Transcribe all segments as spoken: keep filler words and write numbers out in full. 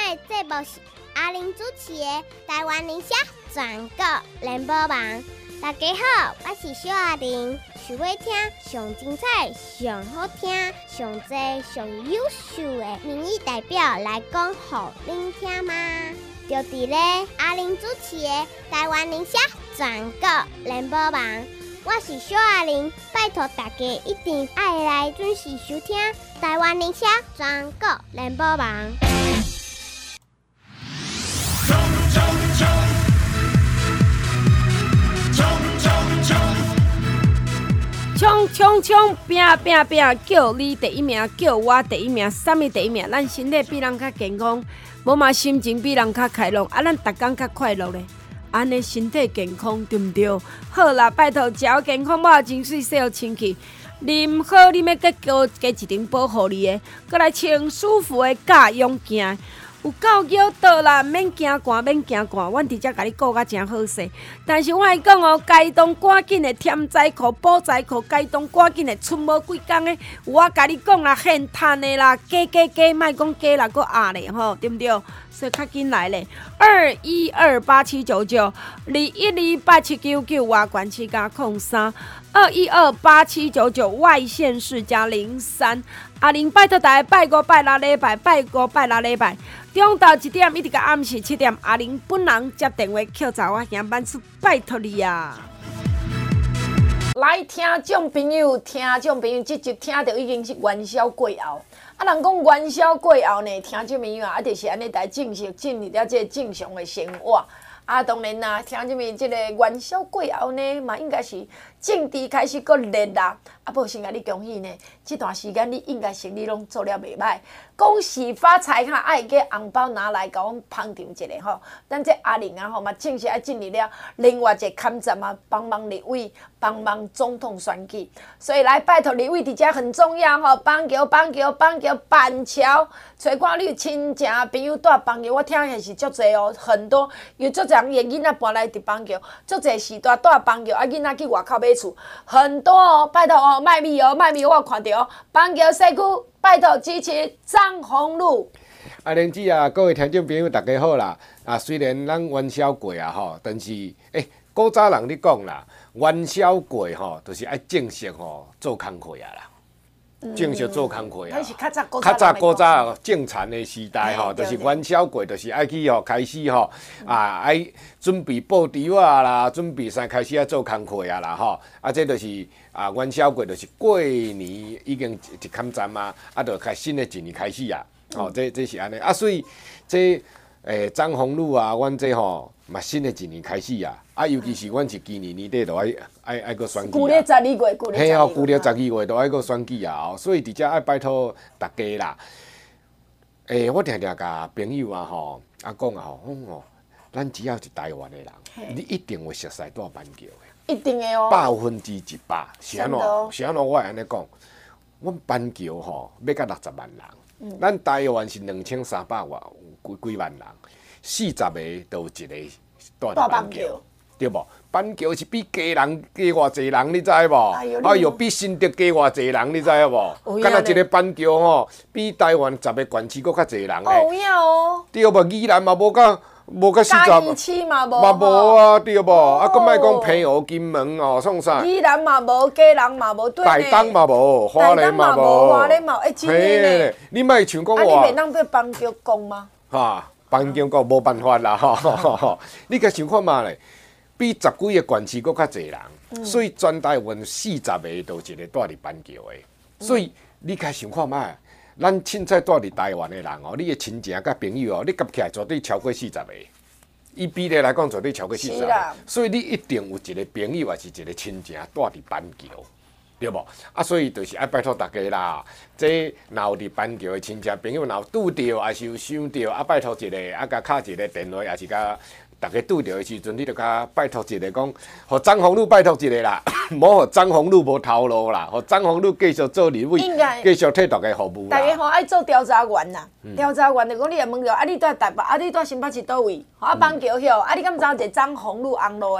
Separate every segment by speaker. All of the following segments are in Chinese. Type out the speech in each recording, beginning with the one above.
Speaker 1: 的节目是阿玲主持的台湾理社全国联播网。大家好，我是小阿玲。想要听上精彩、上好听、上多、上优秀的民意代表来讲给您听吗？就伫咧阿玲主持的台湾理社全国联播网。我是小阿玲，拜托大家一定要来准时收听台湾理社全国联播网。
Speaker 2: 冲冲冲！冲冲冲！
Speaker 3: 冲冲冲！拼拼拼！叫你第一名，叫我第一名，啥物第一名？咱身体比人较健康，无嘛心情比人较开朗，啊，咱逐工较快乐咧。安尼身体健康对毋对？好啦，拜托食好健康，抹真水，洗好清气，啉好啉的，再加加一顶保护你的，搁来穿舒服的假泳镜。有够摇倒啦，免惊寒，免惊寒，阮直接甲你顾甲真好势。但是我爱讲哦，该当赶紧的添灾裤、补灾裤，该当赶紧的出无几工的，我甲你讲啦，现趁的啦，加加加，莫讲加啦，搁压咧吼，对毋对？所以较紧来咧，二一二八七九九，二一二八七九九，外管七加空三，二一二八七九九，外县市加零三。阿玲拜托大家拜五拜六礼拜，拜五拜六礼拜，中昼一点一直到暗时七点，阿玲本人接电话扣查我兄万事，拜托你啊！来，听众朋友，听众朋友，即集听到已经是元宵过后。啊，人讲元宵过后呢，听众朋友啊，啊，就是安尼来正式进入了这正常的生活。啊，当然啦，听众朋友，即个元宵过后呢，嘛应该是政治开始搁热啦。啊，不先甲你恭喜呢，这段时间你应该生意拢做了袂歹，恭喜发财哈！爱个红包拿来甲阮捧场一下吼。咱这阿玲啊吼嘛，正式爱进入了另外一个坎站啊，帮忙立委、帮忙总统选举，所以来拜托立委伫遮很重要吼。邦桥、邦桥、邦桥、板桥，找看你亲情朋友住邦桥，我听的是足侪哦，很多有足侪人个囡仔搬来伫邦桥，足侪时代住邦桥，啊囡仔去外口买厝，很多哦，拜托哦。卖米哦，卖米我有看到哦。邦桥西区，拜托支持张宏禄。
Speaker 4: 啊，莲子啊，各位听众朋友，大家好啦！啊，虽然咱元宵过啊吼，但是诶，古早人咧讲啦，元宵过吼，就是爱正式吼做工课啊啦。正式做工课啊！
Speaker 3: 迄是较早古
Speaker 4: 较早古早正残的时代吼，就是元宵过，就是爱去吼开始吼啊，爱准备布条啊啦，准备啥开始啊做工课啊啦吼，啊这就是啊元宵过，就是过年已经一坎站啊，啊就开新的一年开始啊，吼这这是安尼啊，所以这诶张宏禄啊，阮这吼嘛新的一年开始啊，啊尤其是阮是今年年底就爱爱爱个选举啊。
Speaker 3: 旧年十二月，旧年
Speaker 4: 嘿哦，旧年十二月都爱个选举啊，所以伫遮爱拜托大家啦。诶、欸，我定定甲朋友啊吼，啊讲啊吼，讲哦，咱只要是台湾的人，你一定会熟悉住板桥的。
Speaker 3: 一定的哦。
Speaker 4: 百分之一百，是安怎？是安怎？我会安尼讲，阮板桥吼要到六十万人，嗯、咱台湾是两千三百万几几万人，四十个都有一个住伫板桥。对无？板桥是比家人加偌济人，你知无？哎呦，哎呦比新竹加偌济人，你知无？敢若一个板桥吼，比台湾十个县市搁较济人诶。
Speaker 3: 哦，有影哦。
Speaker 4: 对无？宜兰嘛无甲无甲四十。
Speaker 3: 嘉义市嘛无。
Speaker 4: 嘛无啊，对无？啊，搁莫讲平湖、金门哦，创啥？
Speaker 3: 宜兰嘛无，嘉人嘛无，对
Speaker 4: 台东嘛无，花莲嘛无。
Speaker 3: 花莲嘛，哎，真诶呢。
Speaker 4: 你莫像讲我。
Speaker 3: 啊，你袂当对板桥讲吗？
Speaker 4: 哈，板桥讲无办法啦，吼。你甲想看嘛咧？比十几个县市搁较侪人，嗯、所以全台湾四十个都一个住伫板桥的，嗯、所以你开想看卖，咱凊彩住伫台湾的人哦，你的亲情甲朋友哦，你夹起来绝对超过四十个，以比例来讲绝对超过四十个，所以你一定有一个朋友还是一个亲情住伫板桥，对无？啊，所以就是爱拜托大家啦，这若有伫板桥的亲戚朋友，若有拄着，还是有想到，啊，拜托一个，啊，甲敲一个电话，也是甲。大家拄着的时阵，你著甲拜托一个，讲，互张宏禄拜托一个啦，莫互张宏禄无头路啦，互张宏禄继续做立委，继续替大家服务啦。
Speaker 3: 大家吼爱做调查员啦，调查员就讲你会问着，啊，你住台北，啊，你住新北市倒位？啊，板桥遐，啊，你敢知影一个张宏禄红路的？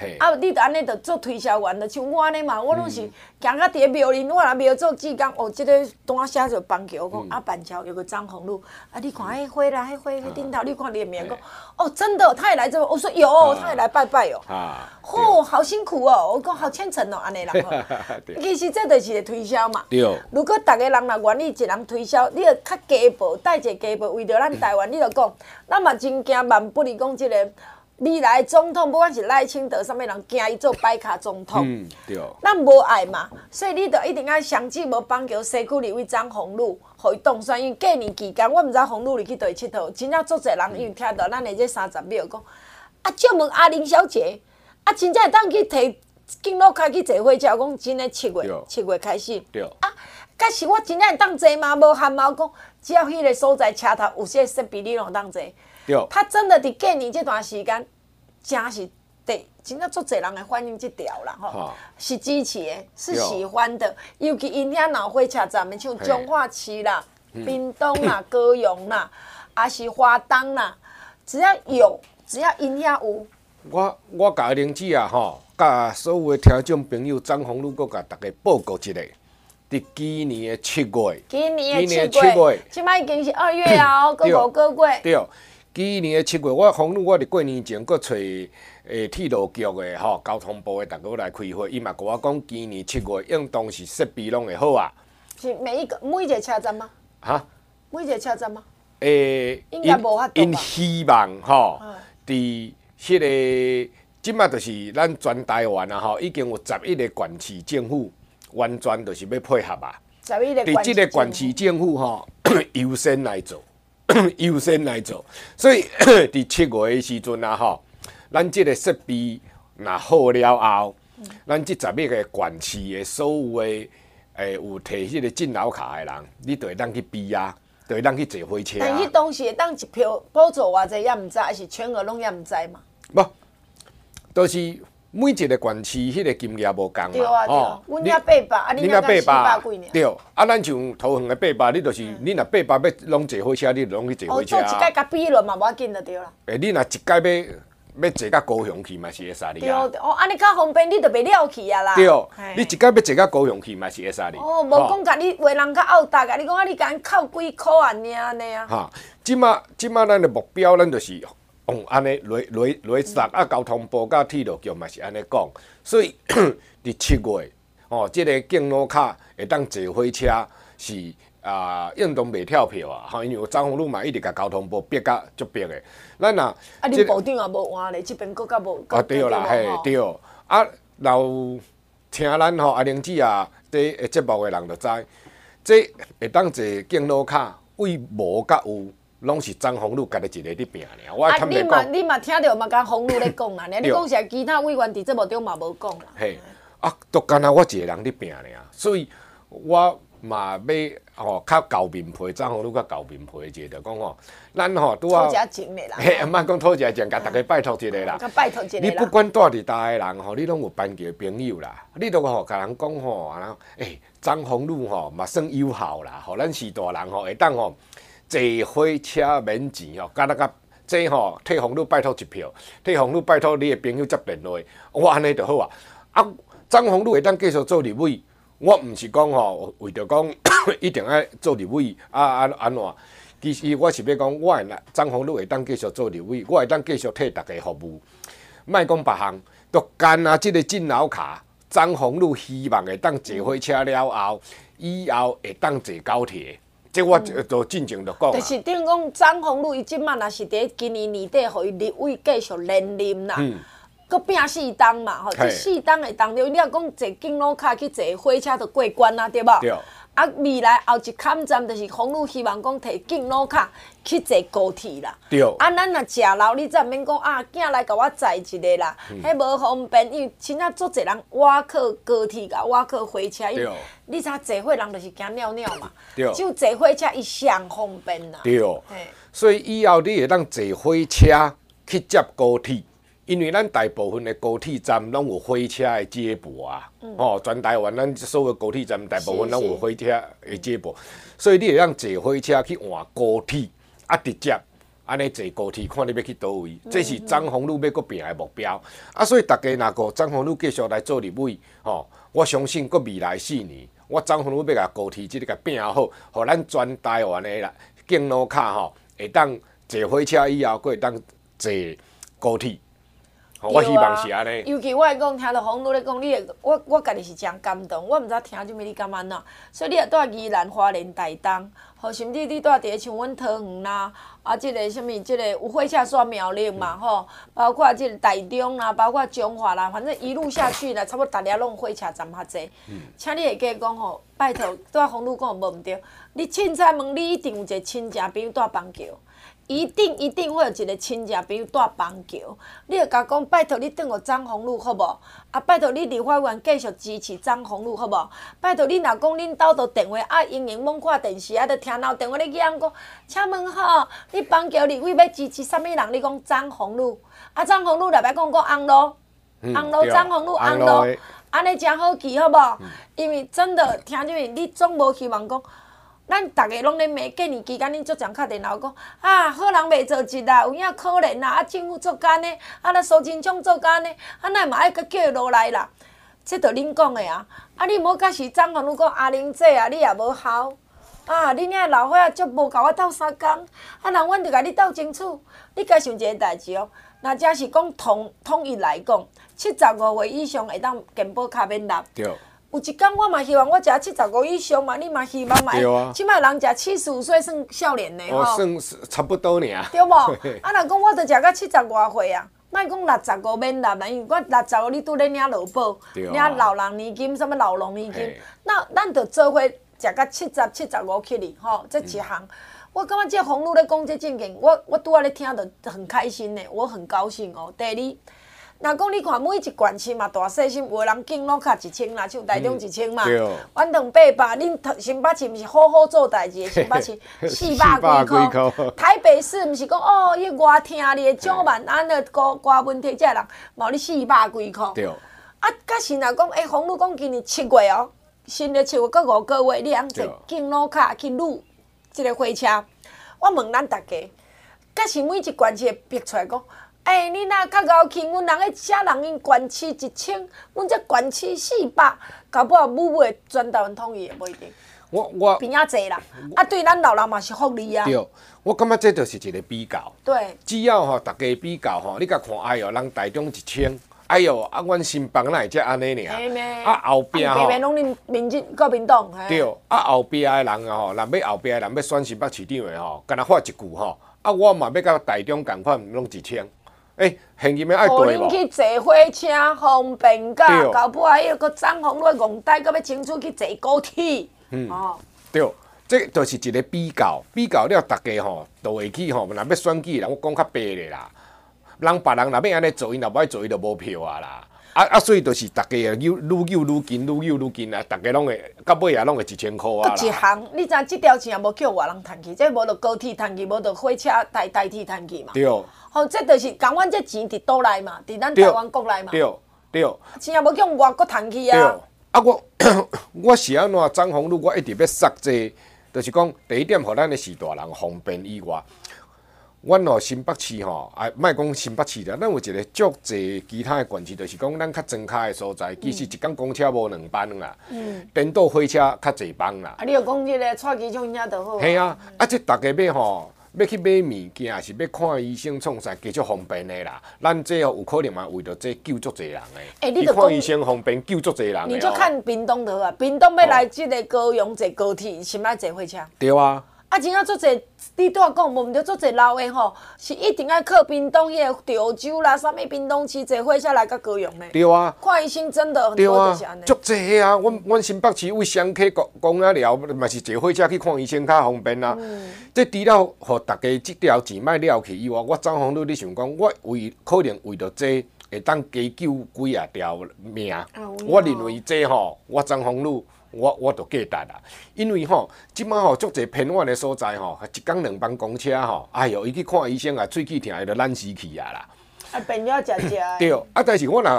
Speaker 3: 啊，你著安尼著做推销员，著像我安尼嘛，我拢是行到伫个庙里，我若庙做志工，哦，即个单写着板桥，讲啊板桥有个张宏禄，啊你看迄花啦，迄花迄顶头，你看你的名，讲哦真的，他也来这，我说有，他也来拜拜哦。啊。哦，好辛苦哦，我讲好虔诚哦，安尼啦。其实这就是个推销嘛。对。如果逐个人若愿意一人推销，你著较家暴，带一个家暴，为着咱台湾，你著讲，咱嘛真惊万不离讲即个。未来总统，不管是赖清德，啥物人惊伊做摆卡总统，嗯，对，咱无爱嘛，所以你著一定要想尽无帮桥西区立委张宏禄，互伊当选。因为过年期间，我毋知宏禄入去佗佚佗，真正足侪人因为听到咱的这三十秒讲，啊，借问阿玲小姐，啊，真正会当去摕敬老卡去坐火车，讲真诶七月七月开始，对，啊，假是我真正会当坐嘛，无汗毛讲，只要迄个所在车头有些设备，你拢当坐。他真的伫过年这段时间，真是对，真正足侪人会反映这条啦吼，是支持的，是喜欢的。尤其因遐闹火车站的，像彰化市啦、屏东啦、高雄啦，还是花东啦，只要有，只要因遐有。
Speaker 4: 我我甲玲姐啊吼，甲所有的听众朋友张宏禄，佮甲大家报告一下。伫今年的七月，
Speaker 3: 今年的七月，即摆已经是二月啊，搁五个月。对。
Speaker 4: 今年的七月，我宏禄我伫过年前，搁找诶铁路局的吼交通部的大哥来开会，伊嘛甲我讲，今年七月应当是设备拢会好啊。
Speaker 3: 是每一个每一个车站吗？哈？每一个车站吗？
Speaker 4: 诶，
Speaker 3: 应该无法度吧。
Speaker 4: 因希望吼，伫迄个即马就是咱全台湾啊吼，已经有十一个县市政府完全就是要配合啊。
Speaker 3: 十一个县市。
Speaker 4: 伫即个县市政府吼，优先来做。优先来做，所以伫七月的时阵啊，吼，咱即个设备若好了后，嗯、咱即十一个县市的所有的诶有摕迄个敬老卡的人，你就会当去比啊，就会当去坐火车、啊。
Speaker 3: 但迄当时会当一票补助偌济也毋知，还是全额拢也毋知嘛？
Speaker 4: 无，都、就是每一个县市迄个金额无共嘛。
Speaker 3: 对啊对啊，阮遐八百，啊你遐才四百几呢？
Speaker 4: 对，啊咱像桃园的八百，你就是、嗯、你若八百要拢坐火车，你就拢去坐火车啊。
Speaker 3: 哦，做一届甲比落嘛，无要紧就对啦。
Speaker 4: 诶，你若一届要要坐到高雄去嘛是会使你啊。
Speaker 3: 对，哦，安尼较方便，你就袂了去啊啦。
Speaker 4: 对，你一届要坐到高雄去嘛是会使你。
Speaker 3: 哦，无讲甲你话人较拗达个，你讲啊，你甲扣几箍啊，尔安尼啊。
Speaker 4: 哈，即马即马咱的目标，咱就是。哦，安尼来来来杀啊！交通部甲铁路局嘛是安尼讲，所以伫七月哦，即、這个敬老卡会当坐火车是啊，应当袂跳票啊！吼，因为张宏禄嘛一直甲交通部逼甲足逼的，咱若
Speaker 3: 啊，恁部长也无换咧，即边搁较无。
Speaker 4: 啊对啦，嘿对，啊，老听咱吼阿玲姐啊，这节目的人就知，这会当坐敬老卡为无甲有。拢是张宏禄家己一个伫拼尔，我
Speaker 3: 啊，你嘛你嘛听到嘛，甲宏禄咧讲啦，你讲是其他委员伫这目中嘛无讲啦。
Speaker 4: 嘿，啊，都干那我一个人伫拼尔，所以我嘛要吼较厚面皮，张宏禄较厚面皮一个，就讲吼，咱吼拄啊，
Speaker 3: 讨一情咧啦，
Speaker 4: 嘿，莫讲讨一情，甲大家拜托一个啦，
Speaker 3: 甲拜托一个啦。
Speaker 4: 你不管住伫搭个人吼，你拢有班级朋友啦，你都吼甲人讲吼，啊，诶，张宏禄吼嘛算友好啦，吼，咱是大人吼会当吼。坐火车免钱哦，甲那个这吼替宏禄拜托一票，替宏禄拜托你的朋友接电话，我安尼就好啊。啊，张宏禄会当继续做立委，我毋是讲吼为着讲一定要做立委啊安安怎？其实我是要讲，我会张宏禄会当继续做立委，我会当继续替大家服务。莫讲别项，就干啊！即个敬老卡，张宏禄希望会当坐火车了后，以后会当坐高铁。这我就进前就讲，
Speaker 3: 就是等于讲张宏禄伊即摆若是伫今年年底，互伊立委继续连任啦，佮拼四当嘛，吼，这四当会当着，你若讲坐敬老卡去坐火车就过关啦，对无？对。啊，未来后一坎站就是宏禄希望讲摕敬老卡去坐高铁啦。对。啊，咱若食老，你再免讲啊，囝来甲我载一个啦，迄无、嗯、方便，因为真正足侪人我靠高铁甲我靠火车，因为你知坐火人就是惊尿尿嘛。对。只有坐火车伊上方便啦。对。
Speaker 4: 所以以后你会当坐火车去接高铁。因为咱大部分的高铁站拢有火车的接驳啊，嗯、哦，全台湾咱所有高铁站大部分拢有火车的接驳，所以你会当坐火车去换高铁，啊直接啊安尼坐高铁，看你要去倒位，这是张宏宇要搁拼的目标。啊，所以大家若个张宏宇继续来做立委，吼，我相信搁未来四年，我张宏宇要甲高铁即个甲拼好，互咱全台湾的啦，经路卡吼，会当坐火车以后，搁会当坐高铁。我希望是安尼。
Speaker 3: 尤其我会讲，听到洪女咧讲，你会我我家己是真感动。我毋知听什物，你感安怎？所以你也住宜兰花莲台东，吼，甚至你住伫像阮桃园啦，啊，即、这个什物，即、这个有火车线苗栗嘛，吼，包括即个台中啦，包括中华啦，反正一路下去啦，差不多逐粒拢火车站较济。嗯、请你会记讲吼，拜托，拄洪女讲无毋对，你凊彩问，你一定有一个亲戚朋友住邦桥。一定一定会有一个亲戚朋友住邦桥，你就甲讲拜托你转互张宏宇好无？啊，拜托你立法院继续支持张宏宇好无？拜托你若讲恁兜都电话啊，营营猛看电视啊，就听到电话咧讲讲，请问吼，你邦桥立委要支持啥物人？你讲张宏宇，啊张宏宇若要讲讲红路，红路张宏宇红路，安尼真好记好无？因为真的听入去，你总无希望讲。咱逐个拢咧骂，过年期间恁足常敲电话讲啊，好人袂做事啦，有影可怜啦，啊政府做干呢，啊咱苏贞昌做干呢，啊咱嘛爱佮叫伊落来啦。这着恁讲的啊，啊你无甲是张宏宇讲阿玲姐啊，你也无效啊，恁遐老伙仔足无甲我斗相共，啊人阮着甲你斗清楚。你该想一个代志哦，若假是讲统统一来讲，七十五岁以上会当健保卡免纳。
Speaker 4: 对。
Speaker 3: 有一天我嘛希望我食七十五以上嘛，你嘛希望嘛？
Speaker 4: 对啊。
Speaker 3: 即摆人食七十五岁算少年的吼。
Speaker 4: 哦，算差不多尔。
Speaker 3: 对无？啊，若讲我着食到七十外岁啊，莫讲六十五免纳啦，因为我六十五你拄咧领劳保，领老人年金，什物老农年金，那咱着做伙食到七十、七十五起哩，吼，这一项。我感觉这洪女咧讲这证件，我我拄仔咧听着很开心呢，我很高兴哦。第二。若讲你看每一县市嘛大细心，有的人敬老卡一千啦，像台中一千嘛，阮两百八，恁新北市毋是好好做代志的，新北市四百几箍，台北市毋是讲哦，伊外听你的九万安的高高问题，这人毛你四百几箍。对。啊，假是若讲，诶，洪女讲今年七月哦，新的七月搁五个月，你通坐敬老卡去撸即个火车。我问咱大家，假是每一县市会逼出来讲。哎、欸，你若较高去，阮人个写人因县市一千，阮这县市四百，搞不好母母会全台湾统一的，无一定。
Speaker 4: 我我
Speaker 3: 边仔济啦，啊，对咱老人嘛是福利啊。
Speaker 4: 对，我感觉这就是一个比较。
Speaker 3: 对。
Speaker 4: 只要吼，大家比较吼，你甲看，哎哟，人台中一千，哎哟，啊，阮新北哪会才安尼尔？啊，后壁吼。
Speaker 3: 边边拢恁民进国民党。
Speaker 4: 对，啊，后壁的人吼，若要后壁的人要选新北市长的吼，干那发一句吼，啊，我嘛要甲台中共款，拢一千。诶，现金要爱对无？
Speaker 3: 互恁去坐火车方便甲，搞不好迄个张宏宇戆呆，搁要争取去坐高铁。嗯，哦，
Speaker 4: 对，这就是一个比较，比较了，大家吼都会去吼，若要选举人，我讲较白咧啦。人别人若要安尼做，伊若无爱做，伊就无票啊啦。啊啊，所以就是大家啊，愈愈愈愈近，愈愈愈近啊，大家拢会到尾啊，拢会一千箍啊啦。
Speaker 3: 一项，你知即条钱也无叫外人趁去，这无就高铁趁去，无就火车代代替趁去嘛。
Speaker 4: 对。
Speaker 3: 吼，这就是讲，阮这钱伫倒来嘛，伫咱台湾国内嘛。
Speaker 4: 对对。
Speaker 3: 钱也无叫外国趁去啊。对。
Speaker 4: 啊，我我是安怎张宏宇，我一直要塞这，就是讲第一点，互咱的士大人方便以外。阮哦新北市吼，啊，莫讲新北市啦，咱有一个足济其他的县市，就是讲咱较庄脚的所在，其实一天公车无两班啦，嗯，颠倒火车较济班啦。
Speaker 3: 啊，你又讲即个蔡其昌遐就好。
Speaker 4: 嘿啊，啊，即大家要吼，要去买物件，还是要看医生创啥，加足方便的啦。咱这哦有可能嘛，为着这救足济人的。
Speaker 3: 哎，你
Speaker 4: 看医生方便，救足济人。
Speaker 3: 你就看屏东就好啊，屏东要来即个高雄坐高铁，是毋爱坐火车？
Speaker 4: 对啊。
Speaker 3: 啊，真正做者，你拄仔讲无毋对，做者老的吼，是一定爱靠屏东迄个潮州啦，啥物屏东市坐火车来到高雄呢？对
Speaker 4: 啊，
Speaker 3: 看医生真的很多就是安尼。
Speaker 4: 足济啊！阮阮新北市为双溪讲讲啊了，嘛是坐火车去看医生较方便啊。嗯、这除了互大家即条钱莫了去以外，我张宏宇你想讲，我为可能为着这会当加救几啊条命。哦、我认为这吼，我张宏宇。我我都价值啦，因为吼，即摆吼足侪偏远的所在吼，一工两班公车吼，哎哟，伊去看医生啊，喙齿疼，伊就懒死去啊啦。
Speaker 3: 啊，便了食食。
Speaker 4: 对，啊，但是我若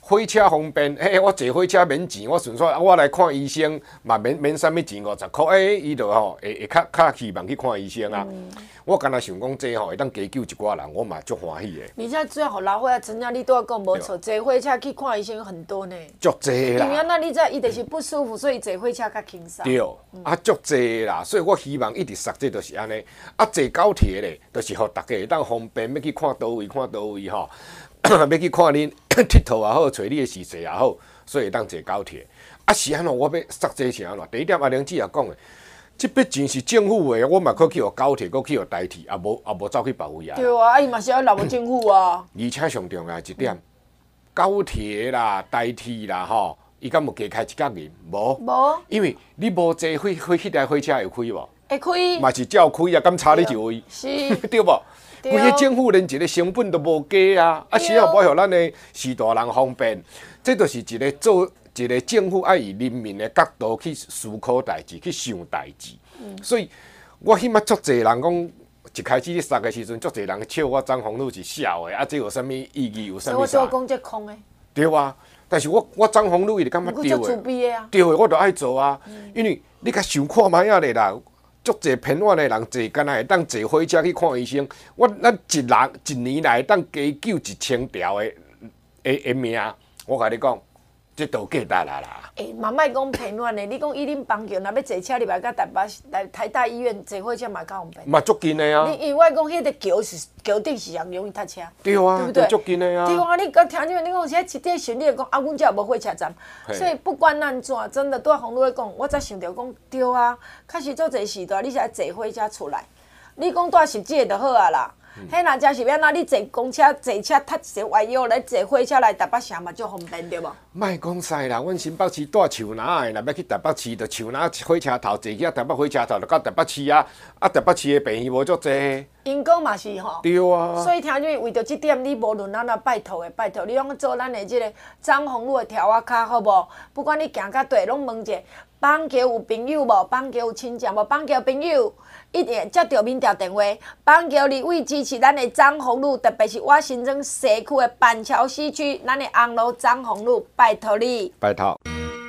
Speaker 4: 火车方便，嘿，我坐火车免钱，我顺便我来看医生嘛免免啥物钱五十箍，诶，伊就吼会会较较希望去看医生啊。嗯、我敢若想讲这吼会当加救一寡人，我嘛足欢喜的。
Speaker 3: 而且主要互老伙仔，真正你拄仔讲无错，坐火车去看医生很多呢。
Speaker 4: 足济啦。
Speaker 3: 因为那你知伊就是不舒服，所以坐火车较轻松。
Speaker 4: 对，嗯、啊足济啦，所以我希望一直实际就是安尼。啊，坐高铁咧，就是互大家会当方便，要去看倒位看倒位吼。要去看恁佚佗也好，找你的事情也好，所以当坐高铁。啊是安怎？我要塞这是安怎？第一点，阿玲姐也讲的，这笔钱是政府的，我嘛可去互高铁，可去互台铁，也无也无走去别位啊。
Speaker 3: 对啊，啊伊嘛是要留无政府啊。
Speaker 4: 而且上重要一点，嗯、高铁啦、台铁啦，吼，伊敢有加开一角银？无。无。因为你无坐火火迄台火车会开无？
Speaker 3: 会开。嘛
Speaker 4: 是照开啊，敢差你一位？是。对无？规个政府连一个成本都无加啊！啊，需要保护咱的士大人方便，这就是一个做一个政府爱以人民的角度去思考代志、去想代志。嗯、所以，我起码足侪人讲，一开始你杀的时阵，足侪人笑我张宏路是笑的，啊，这有啥物意义？有啥物啥？
Speaker 3: 我讲这空的。
Speaker 4: 对啊，但是我我张宏路伊就感觉对的，对的，我就爱做啊，嗯、因为你甲想看卖啊咧啦。足侪偏远的人坐，敢若会当坐火车去看医生。我咱一人一年来当加救一千条的的的命，我甲你讲，这都价值啦啦。
Speaker 3: 诶、欸，嘛莫讲偏远的，你讲以恁邦桥，若要坐车入来，甲台北来台大医院坐火车嘛较方便。
Speaker 4: 嘛足近的啊。
Speaker 3: 你因为我讲迄个桥是桥顶是上容易塞车。
Speaker 4: 对啊，
Speaker 3: 对不对？
Speaker 4: 足近的啊。
Speaker 3: 对啊，你讲听见你讲，现在一点想你就讲啊，阮遮无火车站，所以不管咱怎，真的拄仔洪路咧讲，我才想着讲对啊，确实做侪时代，你是爱坐火车出来。你讲住实际就好啊啦。迄若真是要哪？你坐公车、坐车，踢一个弯腰来坐火车来台北城嘛，足方便对无？
Speaker 4: 莫讲使啦，阮新北市住树林的，若要去台北市，就树林火车头坐去台北火车头，就到台北市啊。啊，台北市的病院无足济。
Speaker 3: 因讲嘛是吼。对
Speaker 4: 啊。
Speaker 3: 所以听见为着即点，你无论咱啊拜托的拜托，你拢做咱的即个张宏路的条仔卡好无？不管你行到对，拢问者。邦桥有朋友无？邦桥有亲戚无？邦桥朋友一定接到民调电话。邦桥立委支持咱的张宏路，特别是我新庄西区的板桥西区，咱的红路张宏路，拜托你。
Speaker 4: 拜托。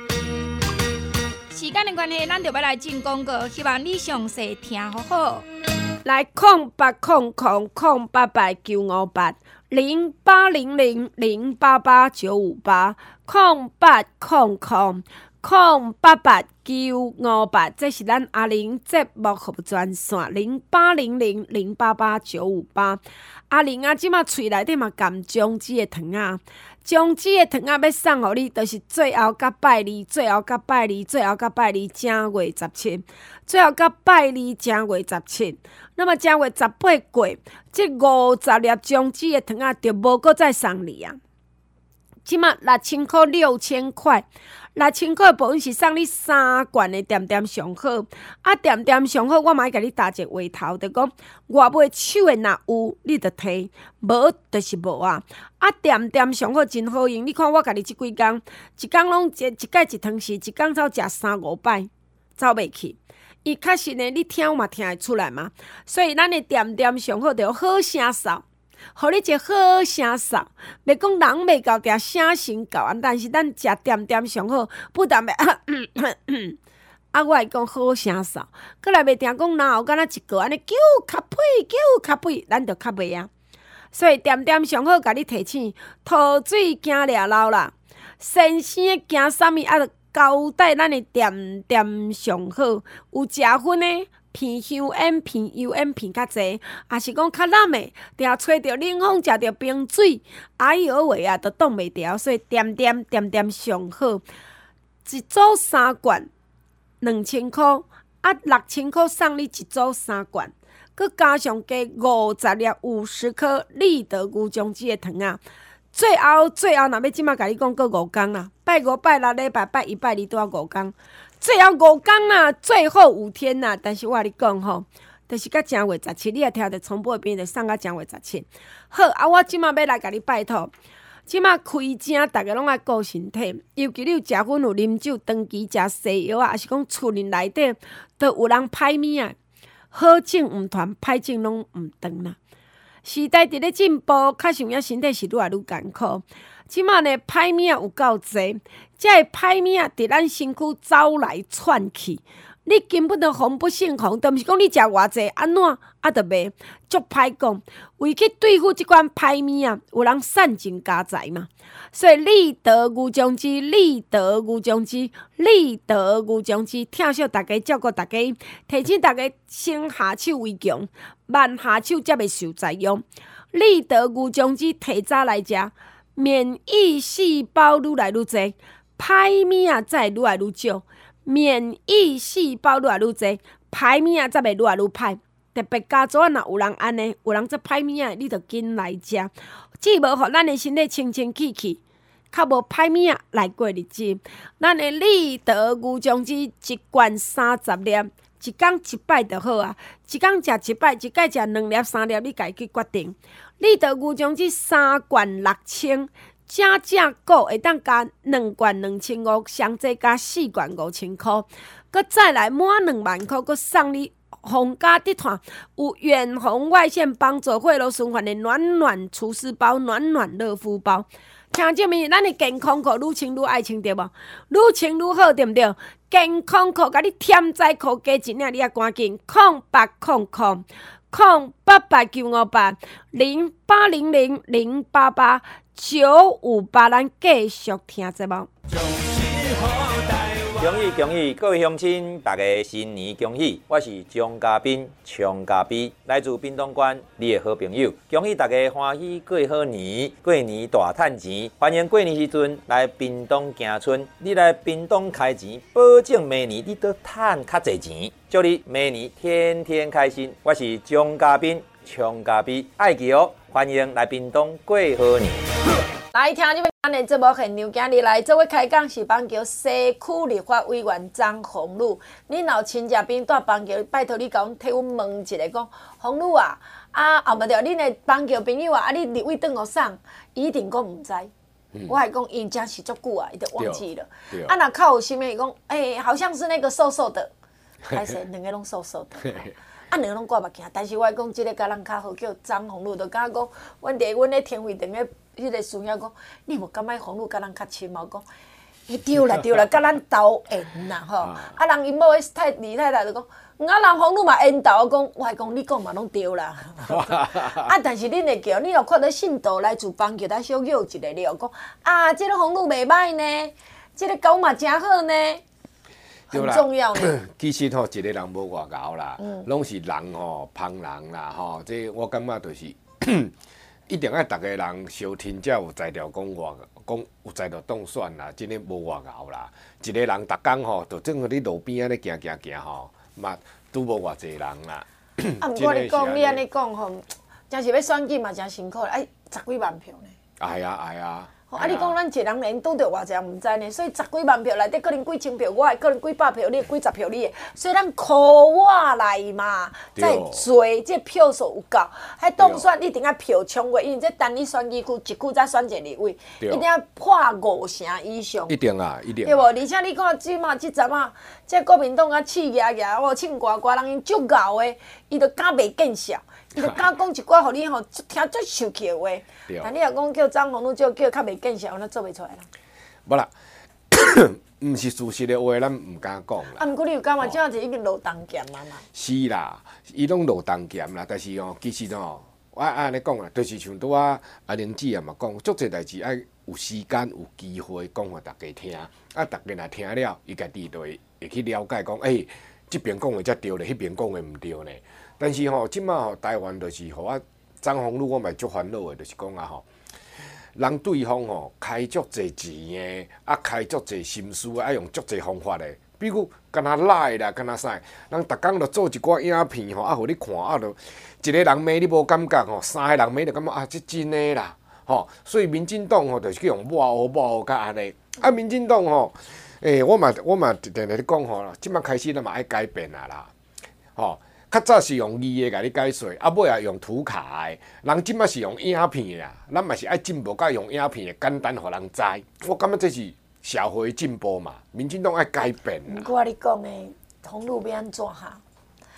Speaker 5: 时间的关系，咱就要来进广告，希望你详细听好好。
Speaker 3: 来，空八空空空八八九五八零八零零零八八九五八空八空空。空八八九五八，这是咱阿玲节目服务专线零八零零零八八九五八。阿玲啊，即马喙内底嘛含姜子的糖啊，姜子的糖啊要送互你，就是最后甲拜二，最后甲拜二，最后甲拜二，正月十七，最后甲拜二，正月十七。那么正月十八过，这五十粒姜子的糖啊，就无搁再送你啊。即马六千块、六千块。六千块部分是送你三罐的点点上好，啊点点上好，我嘛爱甲你打一个话头，就讲外卖手的若有，你着摕，无就是无啊。啊点点上好真好用，你看我甲你即几工，一工拢一一盖一汤匙，一工走食三五摆，走袂去。伊确实呢，你听嘛听会出来嘛，所以咱的点点上好，着好声扫。互你一个好声扫，袂讲人袂够定声神够啊，但是咱食点点上好，不但袂啊，我会讲好声扫，搁来袂定讲哪有敢若一个安尼叫较屁叫较屁，咱着较袂啊。所以点点上好，甲你提醒，吐水惊掠老啦，先生惊啥物啊？着交代咱的点点上好，有食薰的。片香烟、片油烟片较济，也是讲较烂的，定吹着冷风，食着冰水，哎呦喂啊，都挡袂牢，所以点点点点上好。一组三罐，两千箍，啊六千箍送你一组三罐，佮加上加五十粒五十颗立德牛姜子的糖啊。最后最后，若要即马甲你讲，过五工啦，拜五、拜六、礼拜、拜一、拜二都要五工。最后五天啊，最后五天啊，但是我甲你讲吼，就是到正月十七，你也听着重播边就送到正月十七。好啊，我即马要来甲你拜托，即马开正，逐个拢爱顾身体，尤其你有食薰有啉酒，长期食西药啊，还是讲厝里内底都有人歹物啊，好症毋传，歹症拢毋长啦。 时代伫咧进步，较想影身体是愈来愈艰苦。即马呢，歹物有够济，这个歹物伫咱身躯走来窜去，你根本就防不胜防。都毋是讲你食偌济安怎啊，着袂足歹讲。为去对付即款歹物啊，有人散尽家财嘛。所以立德无疆之，立德无疆之，立德无疆之。疼惜大家，照顾大家，提醒大家先下手为强，慢下手才袂受灾殃。立德无疆之，提早来食。免疫细胞愈来愈侪，歹物啊才会愈来愈少。免疫细胞愈来愈侪，歹物啊才袂愈来愈歹。特别家族啊，若有人安尼，有人做歹物啊，你着紧来食，既无互咱的身体清清气气，较无歹物啊来过日子。咱的立德牛姜汁一罐三十粒，一天一摆就好啊。一天食一摆，一摆食两粒、三粒，你家己去决定。立德牛姜汁三罐六千，正正够会当加两罐两千五，上济加四罐五千箍，佮再来满两万箍，佮送你皇家集团有远红外线帮助血路循环的暖暖厨师包、暖暖热敷包。听证明咱的健康裤愈穿愈爱穿对无？愈穿愈好对毋对？健康裤甲你添在裤加一领，你也赶紧空八空空。空八八九五八零八零零零八八九五八，咱继续听节目。
Speaker 6: 恭喜恭喜各位乡亲，大家新年恭喜！我是张嘉宾，张嘉宾来自屏东县，你的好朋友。恭喜大家欢喜过好年，过年大赚钱！欢迎过年时阵来屏东行村，你来屏东开钱，保证明年你都赚较侪钱。祝你明年天天开心！我是张嘉宾，张嘉宾爱桥，欢迎来屏东过好年。
Speaker 3: 来听这边咱的节目现场，今日来做伙开讲是邦桥西区立法委员张宏儒。恁若有亲戚朋友住邦桥，拜托你甲阮替阮问一下，讲宏儒啊，啊后尾着恁的邦桥朋友啊，啊你立委转互送，伊一定讲毋知。嗯、我还讲因真是足久啊，伊就忘记了。啊，若靠有啥物，伊讲诶，好像是那个瘦瘦的，还是两个拢瘦瘦的。啊，两个拢挂目镜，但是我讲即个甲人较好，叫张宏儒，就感觉讲，阮伫阮咧天惠店咧，迄个师兄讲，你无感觉宏儒甲人较亲嘛？讲，伊对啦对啦，甲咱投缘啦吼。啊，人因某迄太李太太就讲，啊，人宏儒嘛缘投，讲，我讲你讲嘛拢对啦。啊，但是恁会叫，你若看到信徒来自邦桥，来小叫一个了，讲啊，即、這个宏儒袂歹呢，即、這个狗嘛真好呢。很重要呢。
Speaker 4: 其实吼，一个人无外交啦，拢、嗯、是人吼旁人啦吼。这我感觉就是一定要逐个人相听，才有才调讲外讲有才调当选啦。真诶无外交啦，一个人逐工吼，就正喺你路边安尼行行行吼，嘛拄无偌济人啦。
Speaker 3: 啊，毋过你讲，你安尼讲吼，真是要选举嘛，真辛苦啦，哎，十几万票呢。
Speaker 4: 哎呀哎呀。
Speaker 3: 啊！你讲咱一人连拄着偌济毋知呢，所以十几万票内底可能几千票我的，可能几百票你的，几十票你的，所以咱靠我来嘛，再做这票数有够，还当选一定要票冲过，因为这单一选举区一区才选一个立委，一定要破五成以上。
Speaker 4: 一定啊，一定。
Speaker 3: 对无？而且你看即马即阵啊，这国民党啊，气牙牙哦，庆瓜瓜人因足敖的，伊就敢袂见笑。伊就敢讲一寡，互你吼听足受气的话。但你若讲叫张宏儒，叫叫较袂见笑，咱做袂出来啦。
Speaker 4: 无啦，毋是事实的话，咱毋敢讲啦。
Speaker 3: 啊，毋过你有感觉，即下就已经落重剑啊嘛。
Speaker 4: 是啦，伊拢落重剑啦，但是哦，其实哦，我安尼讲啦，就是像拄啊阿玲姐也嘛讲，足侪代志爱有时间有机会讲互大家听，啊，大家若听了，伊家己就会会去了解讲，诶、欸，即边讲的才对咧，迄边讲的毋对呢。但是吼，即马吼台湾就是互我张宏儒，我嘛足烦恼的，就是讲啊吼，人对方吼开足侪钱的，啊开足侪心思，啊用足侪方法的，比如敢若赖啦，敢若啥，人逐工就做一寡影片吼，啊互你看，啊就一个人骂你无感觉吼，三个人骂就感觉啊，这真的啦，吼，所以民进党吼就是去用抹黑抹黑甲安尼，啊民进党吼，诶、欸，我嘛我嘛定定咧讲吼，即马开始咱嘛爱改变啊啦，吼。较早是用字的甲你解说，啊尾也用图卡的，人即马是用影片啦，咱嘛是爱进步，甲用影片的简单，互人知。我感觉这是社会进步嘛，民进党爱改变啦。
Speaker 3: 毋过我你讲的，宏儒要安怎哈？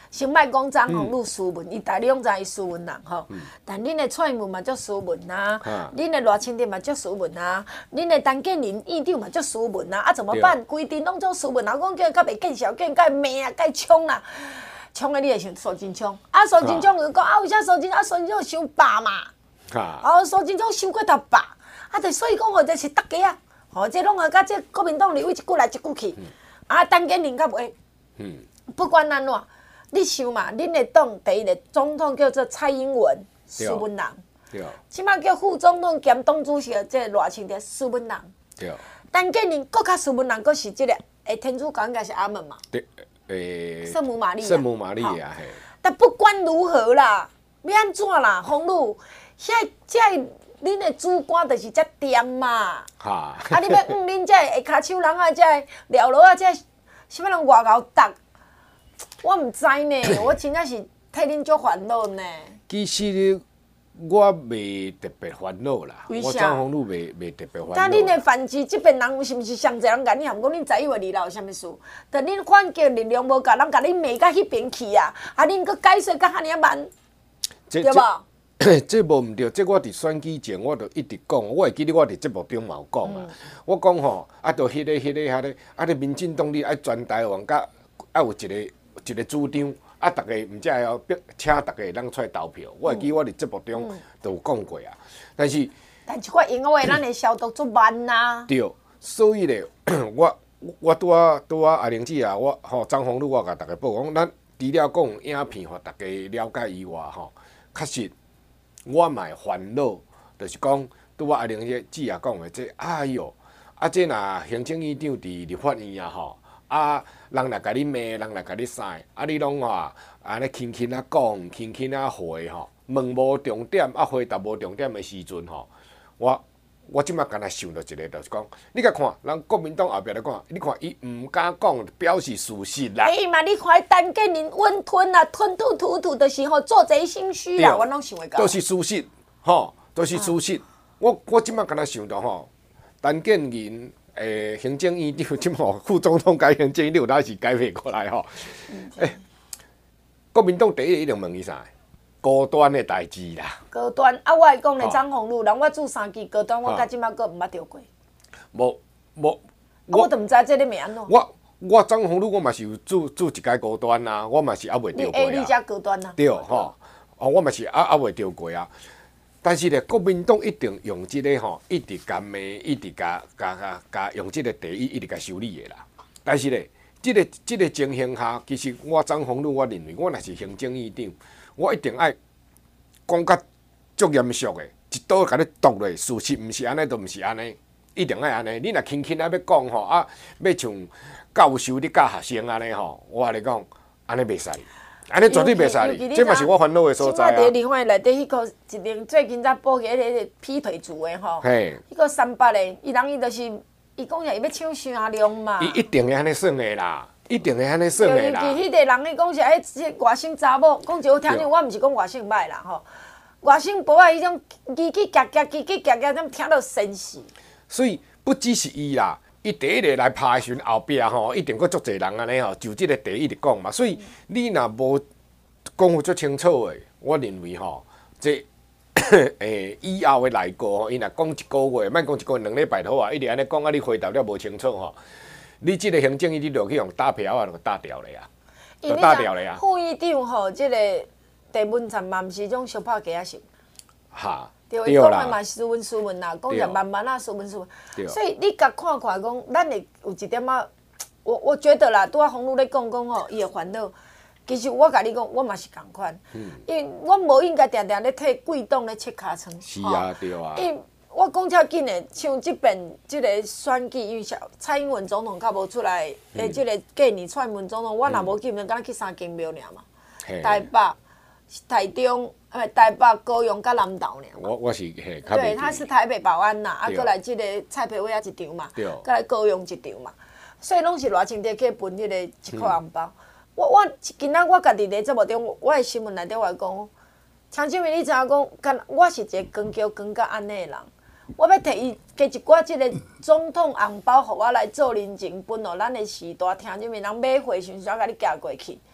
Speaker 3: 先莫讲张宏宇斯文，伊大家拢知伊斯文人吼。但恁的蔡英文嘛足斯文啊，恁的赖清德嘛足斯文啊，恁的陈建仁院长嘛足斯文啊，啊怎么办？规阵拢做斯文啊，讲叫甲袂见小见，甲骂啊，甲冲啦，冲的你会想苏贞昌，啊苏贞昌就讲啊，为啥苏贞啊苏贞昌伤霸嘛？啊苏贞昌伤过头霸，啊就所以讲吼，这是大家啊，吼这拢啊甲这国民党立委一句来一句去，啊陈建仁较袂，不管安怎。你想嘛，恁的党第一个总统叫做蔡英文，斯文人；即摆叫副总统兼党主席，即赖清德，斯文人。陈建仁搁较斯文人，搁是即个诶天主教应该是阿门嘛？
Speaker 4: 对，诶，
Speaker 3: 圣母玛利亚。
Speaker 4: 圣母玛利亚，嘿。
Speaker 3: 但不管如何啦，要安怎啦，洪武，现在即恁的主官就是遮掂嘛。哈。啊，你要嗯，恁遮下骹手人啊，遮廖落啊，遮什么人外交搭？我唔知呢，我真正是替恁足烦恼呢。
Speaker 4: 其实我袂特别烦恼啦，我张宏宇袂袂特别烦恼。
Speaker 3: 但恁的反击这边人是毋是上侪人甲恁含讲恁十一月二日有啥物事？但恁反击力量无够，人甲恁骂到迄边去啊！啊，恁搁解说甲遐尔慢，对无？
Speaker 4: 这无毋对，这我伫选举前我就一直讲，我会记得我伫节目中嘛有讲啊。我讲吼，啊，就迄个、迄个、遐个，啊，你民进党你爱全台湾甲啊有一个。一个主张，啊，大家毋才会晓请大家人出来投票。我会记我伫节目中都有讲过啊。但是，
Speaker 3: 但即款因为咱的消毒足慢呐。
Speaker 4: 对，所以咧，我我拄啊拄啊阿玲姐啊，我吼张宏宇我甲大家报讲，咱除了讲影片互大家了解以外，吼，确实我嘛会烦恼，就是讲拄啊阿玲姐姐也讲的，这哎哟，啊这若行政院长伫立法院啊，吼。啊，人来甲你骂，人来甲你屎，啊，你拢吼安尼轻轻啊讲，轻轻啊回吼，问无重点，啊回答无重点的时阵吼，我我即摆敢若想到一个，就是讲，你甲看，人国民党后壁来看，你看伊毋敢讲，表示事实啦。
Speaker 3: 哎嘛，你看陈建仁温吞啊，吞吐吐吐的时候，做贼心虚啦，我拢想会到。
Speaker 4: 都是事实，吼，都是事实。啊、我我即摆敢若想到吼，陈建仁。诶，行政院长即吼副总统改行政院长，有哪是改袂过来吼？诶、欸，国民党第一一定问伊啥？高端的代志啦。
Speaker 3: 高端啊，我会讲咧，张宏宇，人我做三期高端，我到即摆阁毋捌着过。
Speaker 4: 无无，
Speaker 3: 我都毋知这个名安怎。
Speaker 4: 我我张宏宇，我嘛是有做做一届高端啊，我嘛是还袂着过啊。
Speaker 3: 你遮高端啊？
Speaker 4: 对吼，哦，我嘛是还还袂着过啊。但是咧，国民党一定用即个吼，一直甲骂，一直甲甲甲甲用即个地语一直甲修理的啦。但是咧，即个即个情形下，其实我张宏宇，我认为我若是行政院长，我一定爱讲甲足严肃的，一刀甲你剁落。事实毋是安尼，都毋是安尼，一定爱安尼。你若轻轻啊要讲吼，啊要像教授你教学生安尼吼，我甲你讲，安尼袂使。安尼绝对袂使哩，这嘛是我烦恼的所在啊。
Speaker 3: 即摆伫另外内底迄个一零最近才报迄个劈腿族的吼，迄个三八的，伊人伊就是伊讲呀，伊要抢声量嘛。
Speaker 4: 伊一定会安尼算的啦，一定会安尼算的啦。
Speaker 3: 尤其迄个人伊讲是迄即外省查某，讲一好听点，我毋是讲外省歹啦吼，外省婆仔迄种叽叽夹夹、叽叽夹夹，种听到生死。
Speaker 4: 所以不只是伊啦。伊第一个来拍的时阵，后壁吼一定佫足侪人安尼吼，就即个第一直讲嘛。所以你若无讲有足清楚的，我认为吼，这诶以后的内阁吼，伊若讲一个月，莫讲一个月两礼拜好啊，一直安尼讲啊，你回答了无清楚吼，你即个行政院你就去用打票啊，就打掉了啊，就打掉了啊。
Speaker 3: 副院长吼，即个地文产嘛，毋是种小拍鸡仔型。哈。对，伊讲的嘛斯文斯文啦，讲着慢慢啊斯文斯文，所以你甲看看讲，咱会有一点仔，我我觉得啦，拄仔洪宇咧讲讲吼，伊的烦恼，其实我甲你讲，我嘛是共款，嗯、因为我无应该定定咧替贵党咧切尻川。
Speaker 4: 是啊，对啊。
Speaker 3: 因为我讲遮紧的，像即边即个选举，因为蔡英文总统较无出来，诶、嗯，即个过年蔡英文总统，我若无记，毋敢去三间庙尔嘛，嗯、台北、台中。呃，台北、高雄、甲南投尔。
Speaker 4: 我我是嘿，
Speaker 3: 对，他是台北保安呐，啊，过来即个蔡培伟啊一场嘛，过来高雄一场嘛，所以拢是偌清地去分迄个一块红包。嗯、我我今仔我家己咧节目中，我的新闻内底我讲，常志明，你知影讲，干我是一个光叫光甲安尼的人，我要摕伊加一寡即个总统红包，互我来做人情分哦，咱的时代听志明人买货时阵，我甲你寄过去。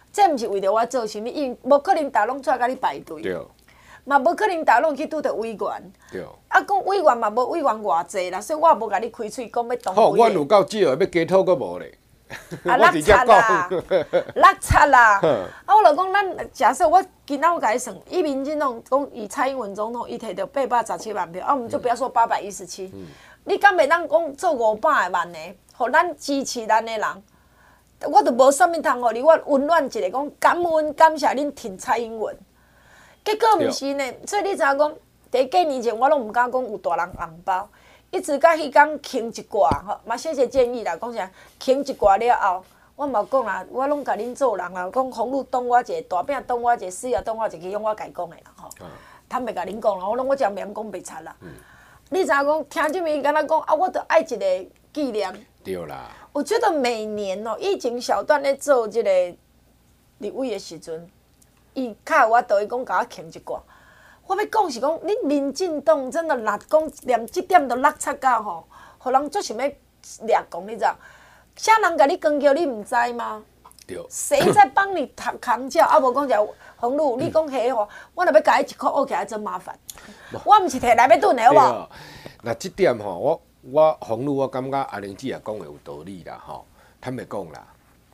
Speaker 3: 这毋是为着我做生意，因为无可能大拢出来甲你排队。
Speaker 4: 对。
Speaker 3: 嘛无可能大拢去拄着委员。
Speaker 4: 对。
Speaker 3: 啊，讲委员嘛无委员偌济啦，所以我也无甲你开嘴讲要动。
Speaker 4: 好，阮有够少，要加讨佫无咧。
Speaker 3: 啊，落差啦，落差啦。啊，我就讲，咱假设我今仔我甲你算，以民进党讲以蔡英文总统，伊摕到八百十七万票，啊，我们就不要说八百一十七。你敢袂当讲做五百万的，互咱支持咱的人？我都无啥物通互你，我温暖一个讲感恩感谢恁挺蔡英文。结果毋是呢，所以你知影讲，第几年前我拢毋敢讲有大人红包。一直到迄天倾一挂，吼，嘛谢谢建议啦，讲啥倾一挂了后，我嘛讲啦，我拢甲恁做人啦，讲红路当我一个大饼，当我一个事业，当我一个用我家讲的啦，吼。坦白甲恁讲啦，我拢我讲免讲白贼啦。你知影讲听这面敢若讲啊，我着爱一个纪念。
Speaker 4: 对啦。
Speaker 3: 我觉得每年哦，疫情小段咧做即个立委的时阵，伊较有法度伊讲甲我倾一挂。我要讲是讲，恁民进党真的若讲连即点都落差到吼，互人足想要掠讲，你知？啥人甲你扛叫你毋知吗？
Speaker 4: 对。
Speaker 3: 谁在帮你扛扛轿？啊，无讲就红路，你讲黑吼，我若要甲伊一箍学起来真麻烦。我毋是摕来要炖的，好无？
Speaker 4: 那即点吼，我我红路我感觉阿玲姐也讲的有道理啦，吼。坦白讲啦，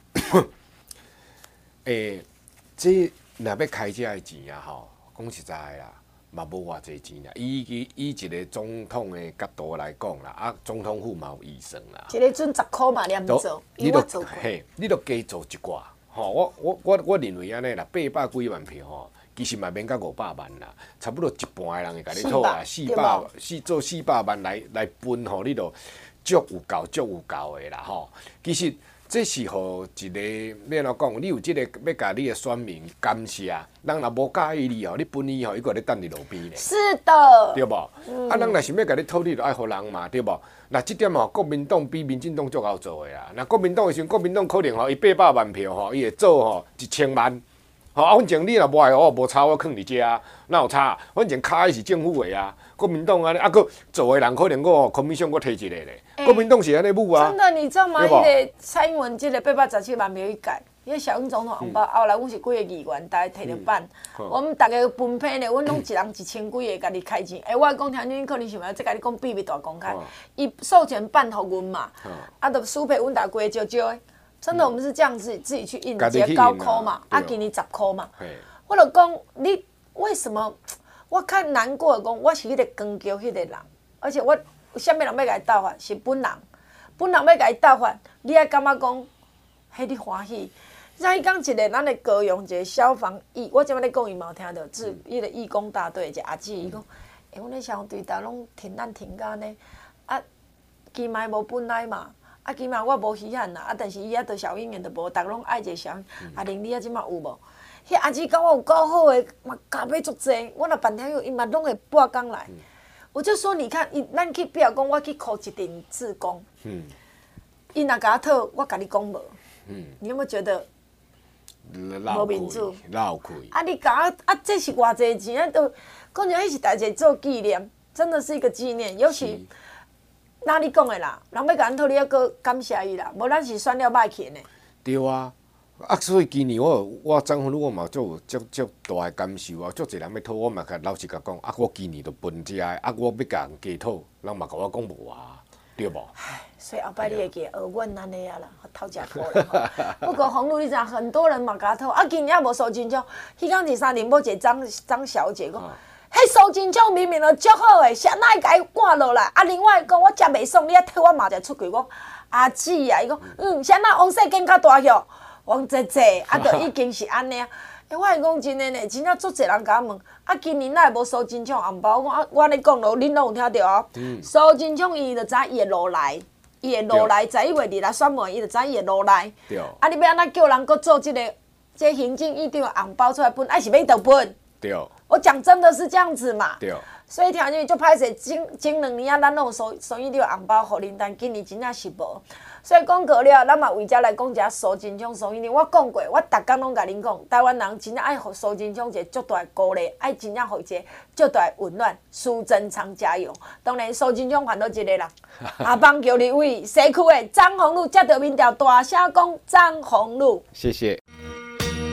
Speaker 4: 诶，这若要开这个钱啊，吼，讲实在的啦。嘛无偌济钱啦，以以以一个总统的角度来讲啦，啊，总统府嘛有预算啦。
Speaker 3: 一个准十箍嘛，念做，
Speaker 4: 你都嘿，你都加做一寡，吼，我我我我认为安尼啦，八百几万票吼，其实嘛免到五百万啦，差不多一半的人会甲你讨啦，四百四做四百万来来分吼，你都足有够足有够的啦，吼，其实。这是互一个要怎讲？你有即个要甲你的选民感谢，人若无介意你吼，你分伊吼，伊个咧等你路边咧。
Speaker 3: 是的。
Speaker 4: 对无？嗯、啊，人若想要甲你讨，你就爱互人嘛，对无？那即点吼，国民党比民进党足够做的啊。那国民党的时阵，国民党可能吼，伊八百万票吼，伊会做吼一千万。吼、啊，反正你若无爱我，无差我囥伫遮，哪有差？反正卡是政府的啊，国民党安尼，啊，佮做的人可能我空米上佮摕一个咧。欸、国民党是安尼舞啊。
Speaker 3: 真的，你知道吗？迄个蔡英文即个八百十七万票一改，迄个小英总统红包，后来阮是几个议员，大家摕着办，嗯、我们大家分配呢，阮拢一人一千几个，家己开钱。诶、欸，我讲听恁可能想要再甲你讲秘密大公开，伊、嗯、授权办互阮嘛，嗯、啊，着输配阮大家少少的。真的，我们是这样自己自己去印，一个高箍嘛，啊，今年十箍嘛。我就讲，你为什么？我较难过的讲，我是迄个光桥迄个人，而且我啥物人要甲伊斗法，是本人，本人要甲伊斗法，你爱感觉讲，迄你欢喜。像迄讲一个咱的高雄一个消防义，我即摆咧讲伊嘛有听到，是迄个义工大队一个阿姊伊讲，诶，阮咧消防队逐拢停咱停到安尼，啊，伊嘛无本来嘛。啊，起码我无稀罕啦，啊，但是伊遐对小英员都无，逐拢爱一个小英。阿玲，你啊，即马有无？迄阿姊讲我有够好诶，嘛加买足济，我若办天友，伊嘛拢会拨工来。嗯、我就说，你看，伊咱去比如讲，我去考一顶志工，伊若甲我讨，我甲你讲无。嗯、你有没有觉得无民主？
Speaker 4: 闹开。
Speaker 3: 啊，你甲我啊，这是偌济钱啊？都讲起迄是大家做纪念，真的是一个纪念，尤其。那你讲的啦，人要甲咱讨，你还阁感谢伊啦，无咱是选了歹去呢。
Speaker 4: 对啊，啊，所以今年我我张婚我嘛足足足大的感受啊，足侪人要讨，我嘛甲老实甲讲，啊，我今年就分遮的，啊，我要甲人加讨，人嘛甲我讲无啊，对无？唉，
Speaker 3: 所以后摆你会记学阮安尼啊啦，讨食苦啦。不过红路你知影，很多人嘛甲讨，啊，今年也无收真少，迄天二三年某一个张张小姐讲。迄苏金昌明明就足好诶，谁哪会甲伊赶落来？啊，另外讲我食袂爽，你啊替我骂者出去讲阿姊啊，伊讲嗯，谁哪王世坚较大票，王姐姐啊，就已经是安尼啊。诶，我会讲真诶呢，真正足侪人甲我问，啊，今年哪会无苏金昌红包？我讲啊，我咧讲咯，恁拢有听着哦。嗯、苏金昌伊就知伊会落来，伊会落来，十一月二来选门，伊就知伊会落来。对。啊，你要安怎叫人搁做即、這个即、這個、行政院长红包出来分，还是要倒分？对。我讲真的是这样子嘛，对，所以听见就歹势，前前两年啊，咱拢有收收益了红包互恁，但今年真正是无。所以讲过了，咱嘛为遮来讲一下苏金昌收益率。我讲过，我逐工拢甲恁讲，台湾人真正爱互苏金昌一个足大鼓励，爱真正互一个足大温暖。苏贞昌加油！当然，苏金昌烦恼一个人，阿邦叫立委，西区的张宏禄接到民调大声讲张宏禄。
Speaker 4: 谢谢。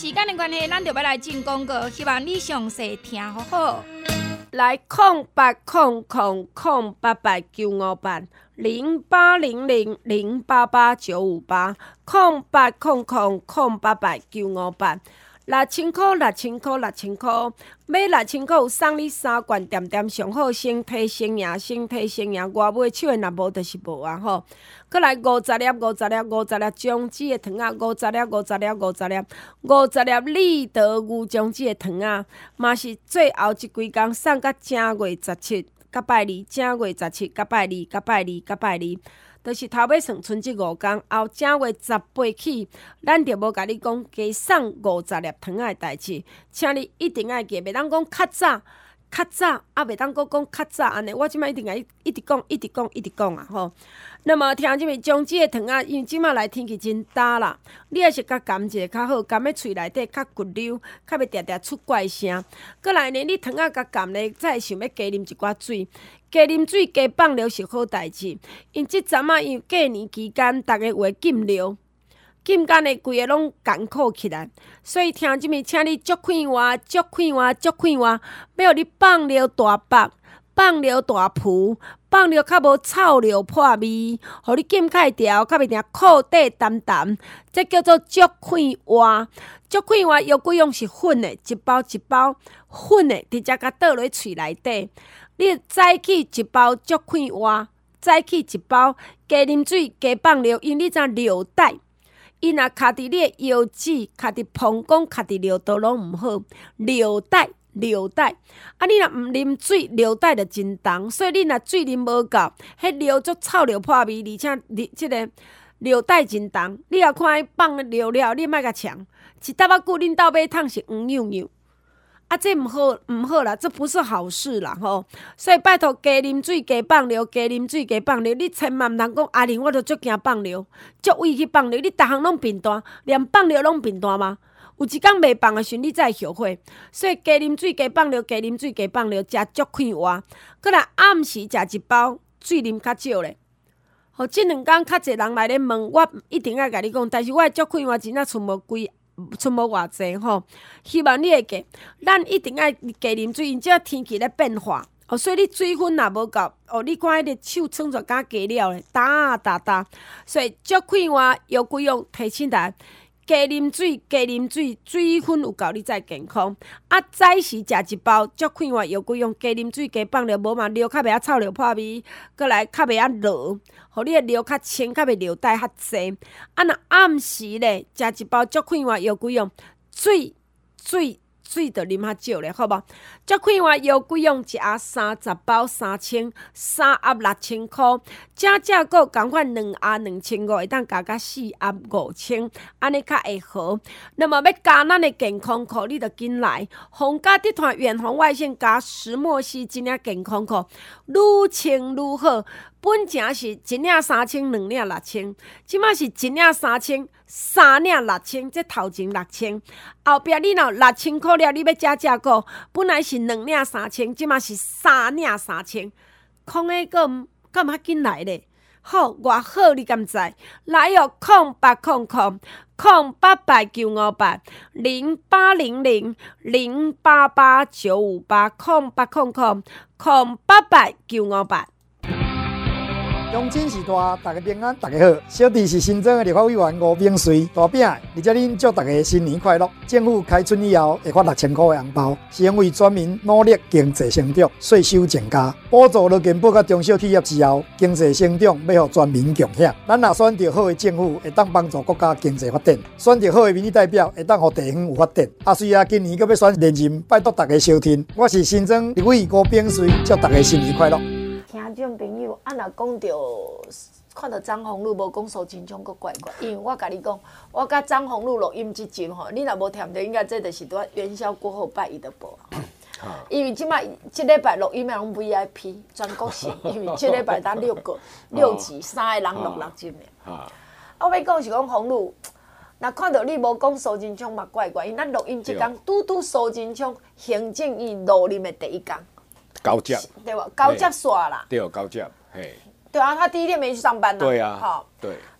Speaker 5: 时间的关系，咱就要来进广告，希望你详细听好好。
Speaker 3: 来空八空空空八八九五八零八零零零八八九五八空八空空空八八九五八六千块六千块六千块，买六千块有送你三罐点点上好身体生营身体生营，外买手的若无就是无啊吼。搁来五十粒五十粒五十粒姜子的糖仔，五十粒五十粒五十粒五十粒立德牛姜子的糖仔，嘛是最后一几工送到正月十七，甲拜二正月十七，甲拜二甲拜二甲拜二。就是头尾算剩即五工，后正月十八起，咱就无甲你讲加送五十粒糖仔的代志，请你一定爱记，袂当讲较早、较早，啊袂当搁讲较早安尼。我即摆一定爱一直讲、一直讲、一直讲啊吼。那么听即个姜子的糖仔，因为即摆来天气真干啦，你也是甲含一下较好，含喺喙内底较骨溜，较袂定定出怪声。过来呢，你糖仔甲含咧，再想要加啉一寡水。加啉水、加放尿是好代志，因即阵啊，因为过年期间，逐个有会禁尿，禁干的规个拢艰苦起来，所以听即物，请你足快活、足快活、足快活，要互你放尿大腹、放尿大脯、放尿较无臭尿破味，互你禁开条，较袂定裤底澹澹，这叫做足快活。足快活药贵用是粉的，一包一包粉的，直接甲倒落喙内底。你早起一包足快活，早起一包加啉水加放尿，因你知尿袋，伊若卡伫你的腰子、卡伫膀胱、卡伫尿道拢毋好。尿袋尿袋，啊你若毋啉水，尿袋就真重，所以你若水啉无够，迄尿足臭尿破味，而且你即个尿袋真重。你若看伊放尿了，你莫甲呛，一搭仔久恁兜马桶是黄扭扭。啊，这毋好毋好啦，这不是好事啦吼。所以拜托加啉水、加放尿、加啉水、加放尿。你千万毋通讲阿玲，我著足惊放尿，足畏去放尿。你逐项拢变单，连放尿拢变单吗？有一工袂放的时，你才会后悔。所以加啉水、加放尿、加啉水、加放尿，食足快活。过来暗时食一包，水啉较少咧。吼，即两工较侪人来咧问，我一定要甲你讲，但是我的足快活真正剩无几。出无偌济吼，希望你会记，咱一定爱加啉水，因这天气咧变化，哦，所以你水分若无够，哦，你看迄个手创作敢加了咧，打打打，所以足快活药贵用提醒大家，加啉水，加啉水，水分有够，你才健康。啊，早时食一包足快活药贵用，加啉水，加放尿，无嘛尿较袂晓臭尿破味，过来较袂晓落。互你的尿较清，较袂尿袋较济。啊，若暗时咧，食一包足快活药贵用，水水水着啉较少咧，好无？足快活药贵用一盒三十包三千，三盒六千箍。正正个共款两盒两千五，会当加到四盒五千，安尼较会好。那么要加咱的健康裤，你着紧来。红家集团远红外线加石墨烯真领健康裤，愈清愈好。本钱是一领三千，两领六千，即马是一领三千，三领六千，这头前六千，后壁你若六千块了，你要加价购，本来是两领三千，即马是三领三千，空个个干嘛紧来咧？好，偌好你敢知？来哦，空八空空空八八九五八零八零零零八八九五八空八空空空八八九五八。
Speaker 7: 乡亲是大，大家平安，大家好。小弟是新庄的立法委员吴炳瑞，大饼，而且恁祝大家新年快乐。政府开春以后会发六千块的红包，是因为全民努力经济成长，税收增加，补助劳健保甲中小企业之后，经济成长要互全民共享。咱若选择好的政府，会当帮助国家经济发展；选择好的民意代表，会当互地方有发展。啊，虽然今年阁要选连任，拜托大家收听。我是新庄立委吴炳瑞，祝大家新年快乐。
Speaker 8: 听众朋友，啊，若讲到看到张宏路无讲苏金昌，佫怪怪，因为我甲你讲，我甲张宏路录音即集吼，你若无听着，应该这就是拄元宵过后拜伊的报。因为即摆即礼拜录音的拢 V I P 全国性，因为即礼拜咱六个六集，三个人录六集的。啊，我要讲是讲宏路，若看到你无讲苏金昌嘛怪怪，因为咱录音即天拄拄苏金昌行政院入任的第一天。
Speaker 4: 高接
Speaker 8: 对吧？高接煞啦，
Speaker 4: 对，高接，嘿，
Speaker 8: 对啊，他第一天没去上班呢。
Speaker 4: 对啊，
Speaker 8: 好，
Speaker 4: 对。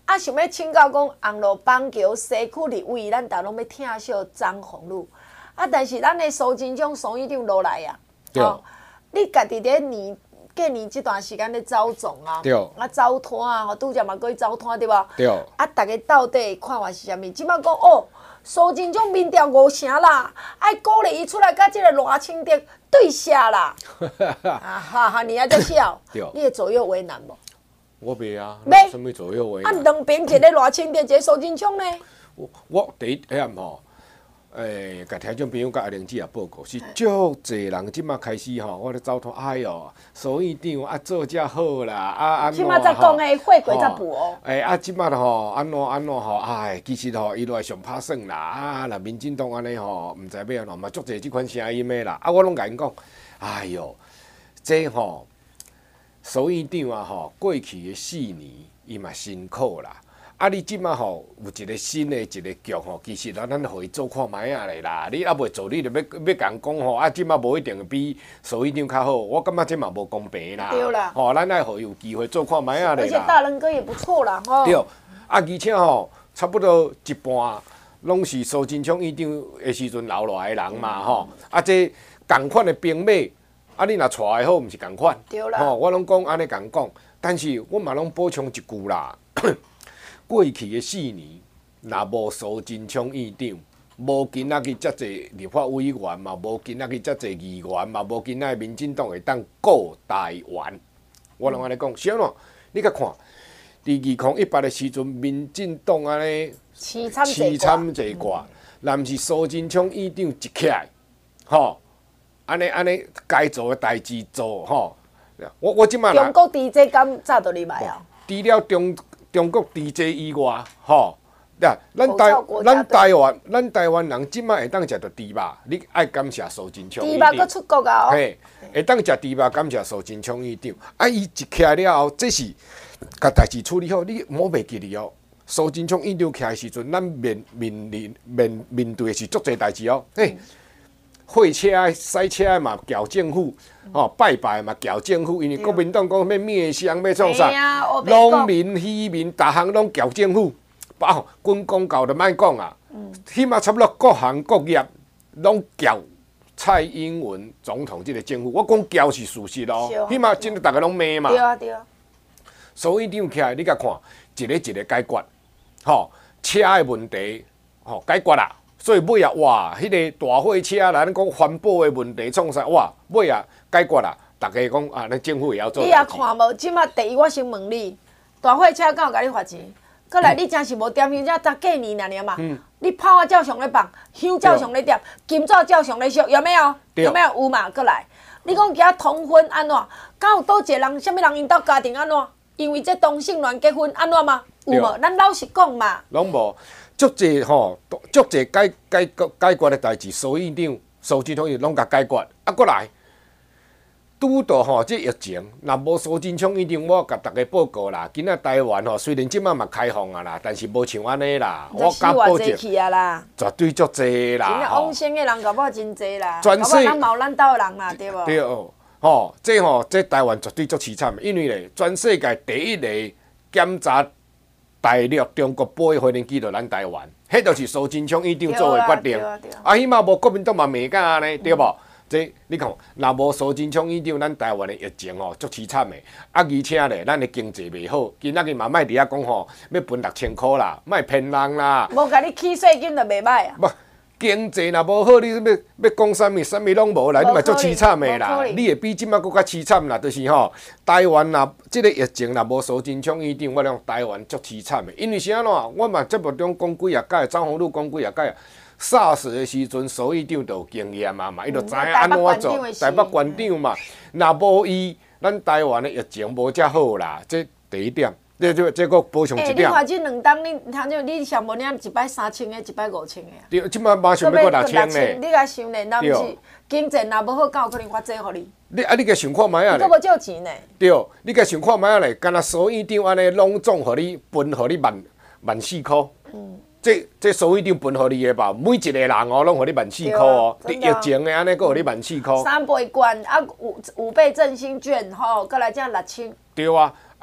Speaker 8: 啊，想要请教讲红路邦桥西区立委，咱逐拢要听惜张宏宇。啊，但是咱的苏贞昌苏院长落来啊，
Speaker 4: 哦，
Speaker 8: 你家己咧年过年这段时间咧走总啊，
Speaker 4: 对，
Speaker 8: 啊走摊啊，吼，拄则嘛过去走摊对无？
Speaker 4: 对，
Speaker 8: 啊，大家到底看法是啥物？即摆讲哦，苏贞昌民调五成啦，爱鼓励伊出来甲即个赖清德对下啦，啊哈哈，你还在笑？你会左右为难无？
Speaker 4: 我袂啊，
Speaker 8: 袂
Speaker 4: 什么左右为
Speaker 8: 啊，
Speaker 4: 难？
Speaker 8: 两边一个赖清德，一个苏贞昌呢？
Speaker 4: 我我第一下吼，诶，甲听众朋友甲阿玲姐也报告，是足侪人即马开始吼，我咧走通，哎哟，苏院长啊做遮好啦，啊安怎
Speaker 8: 即马才讲诶，会轨才补哦。
Speaker 4: 诶啊，即马吼安怎安怎吼，哎，其实吼伊落来上拍算啦，啊，若民进党安尼吼，毋知要安怎，嘛足侪即款声音的啦，啊，我拢甲因讲，哎哟，这吼苏院长啊吼，过去的四年伊嘛辛苦啦。啊！你即马吼有一个新的一个局吼，其实咱咱互伊做看卖啊咧啦。你还袂做，你就要要共讲吼啊！即马无一定比苏院长较好，我感觉即嘛无公平啦。
Speaker 8: 对啦。
Speaker 4: 吼，咱爱互伊有机会做看卖啊咧啦。
Speaker 8: 而且大人哥也不错啦，吼。
Speaker 4: 对，啊，而且吼，差不多一半拢是苏贞昌院长的时阵留落来的人嘛吼。啊，这共款的兵马，啊，你若带的好，毋是共款。
Speaker 8: 对啦。
Speaker 4: 吼，我拢讲安尼共讲，但是我嘛拢补充一句啦。过去的四年，若无苏贞昌院长，无今仔日遮济立法委员嘛，无今仔日遮济议员嘛，无今仔民进党会当顾台湾。我拢安尼讲，是安怎？你甲看，伫二零一八的时阵，民进党安尼
Speaker 8: 凄惨
Speaker 4: 凄惨一挂，若毋是苏贞昌院长一起来，吼，安尼安尼该做的代志做吼。我我即摆
Speaker 8: 中国 D J 敢早就入来啊？
Speaker 4: 除了中中国 D J 以外，吼，呀，咱台咱台湾咱台湾人即摆会当食到猪肉，你爱感谢苏贞昌院长。
Speaker 8: 猪肉搁出国啊！
Speaker 4: 嘿，会当食猪肉，感谢苏贞昌院长。啊，伊一起来了后，这是甲代志处理好，你莫袂记哩哦。苏贞昌院长起来时阵，咱面面临面面对的是足侪代志哦。嘿，货车、赛车嘛，交政府，吼拜拜嘛，交政府，因为国民党讲要灭乡，要创啥，农民、渔民，逐项拢交政府。包军公教就莫讲啊，起码差不多各行各业拢交蔡英文总统这个政府。我讲交是事实哦，起码真个大家拢骂嘛。
Speaker 8: 对啊对啊。
Speaker 4: 所以长起来，你甲看，一个一个解决，吼车的问题，吼解决啦。所以尾啊，哇，迄、那个大货车啦，咱讲环保的问题创啥，哇，尾啊解决啦。大家讲啊，咱政府也要做。
Speaker 8: 你也看无，即马第一我先问你，大货车敢有甲你罚钱？过来，你真是无点香，才过年尔尔嘛。嗯、你炮啊照常咧放，香照常咧点，金纸照常咧烧，有没有？有没有？有嘛？过来，你讲今通婚安怎？敢有倒一个人，啥物人因兜家庭安怎？因为这同性恋结婚安怎嘛？有无？咱老实讲嘛。
Speaker 4: 拢无。足济吼，足济解解解决的代志，苏院长、苏贞昌伊拢甲解决。啊，过来，拄到吼这疫情，若无苏贞昌院长，我甲大家报告啦。今仔台湾吼，虽然即摆嘛开放啊啦，但是无像安尼啦。
Speaker 8: 我敢保证，
Speaker 4: 绝对足济啦。
Speaker 8: 真正往生的人搞不好真济啦。
Speaker 4: 全世
Speaker 8: 咱冇咱兜人啦，对无？
Speaker 4: 对哦，吼，这吼这台湾绝对足凄惨，因为咧，全世界第一个检查大陆中国飞回年机就咱台湾，迄就是苏贞昌院长做的决定。啊，起码无国民党嘛骂甲安尼，对无？这你看，若无苏贞昌院长，咱台湾的疫情吼足凄惨的。啊，而且咧，咱的经济袂好，今仔日嘛莫伫遐讲吼，要分六千箍啦，莫骗人啦。
Speaker 8: 无甲你起税金就袂歹啊。
Speaker 4: 不，经济若无好，你要要讲啥物，啥物拢无啦，你嘛足凄惨的啦。你会比即摆佫较凄惨啦，就是吼，台湾若即个疫情若无苏贞昌院长，我讲台湾足凄惨的。因为是安怎？我嘛节目中讲几啊届，张宏陆讲几啊届。SARS 的时阵，苏院长就有经验啊嘛，伊就知影安怎做。台北县长嘛，若无伊，咱台湾的疫情无遮好啦，这第一点。这这这个补充一点。
Speaker 8: 欸、你看这两档，你听着，你上无领一摆三千的，一摆五千的。
Speaker 4: 对，即摆马上要过六千呢。
Speaker 8: 你甲想咧，若毋是经济若无好，敢有可能发这互你？
Speaker 4: 你啊，你甲想看卖啊咧。
Speaker 8: 你佫无借钱呢？
Speaker 4: 对，你甲想看卖啊咧，敢若苏院长安尼拢总互你分互你万万四箍。嗯。这这苏院长分互你的吧，每一个人哦，拢互你万四箍哦。疫情的安尼，佫互你万四箍。
Speaker 8: 三倍券啊，五五倍振兴券吼，佫来这六千。
Speaker 4: 对啊。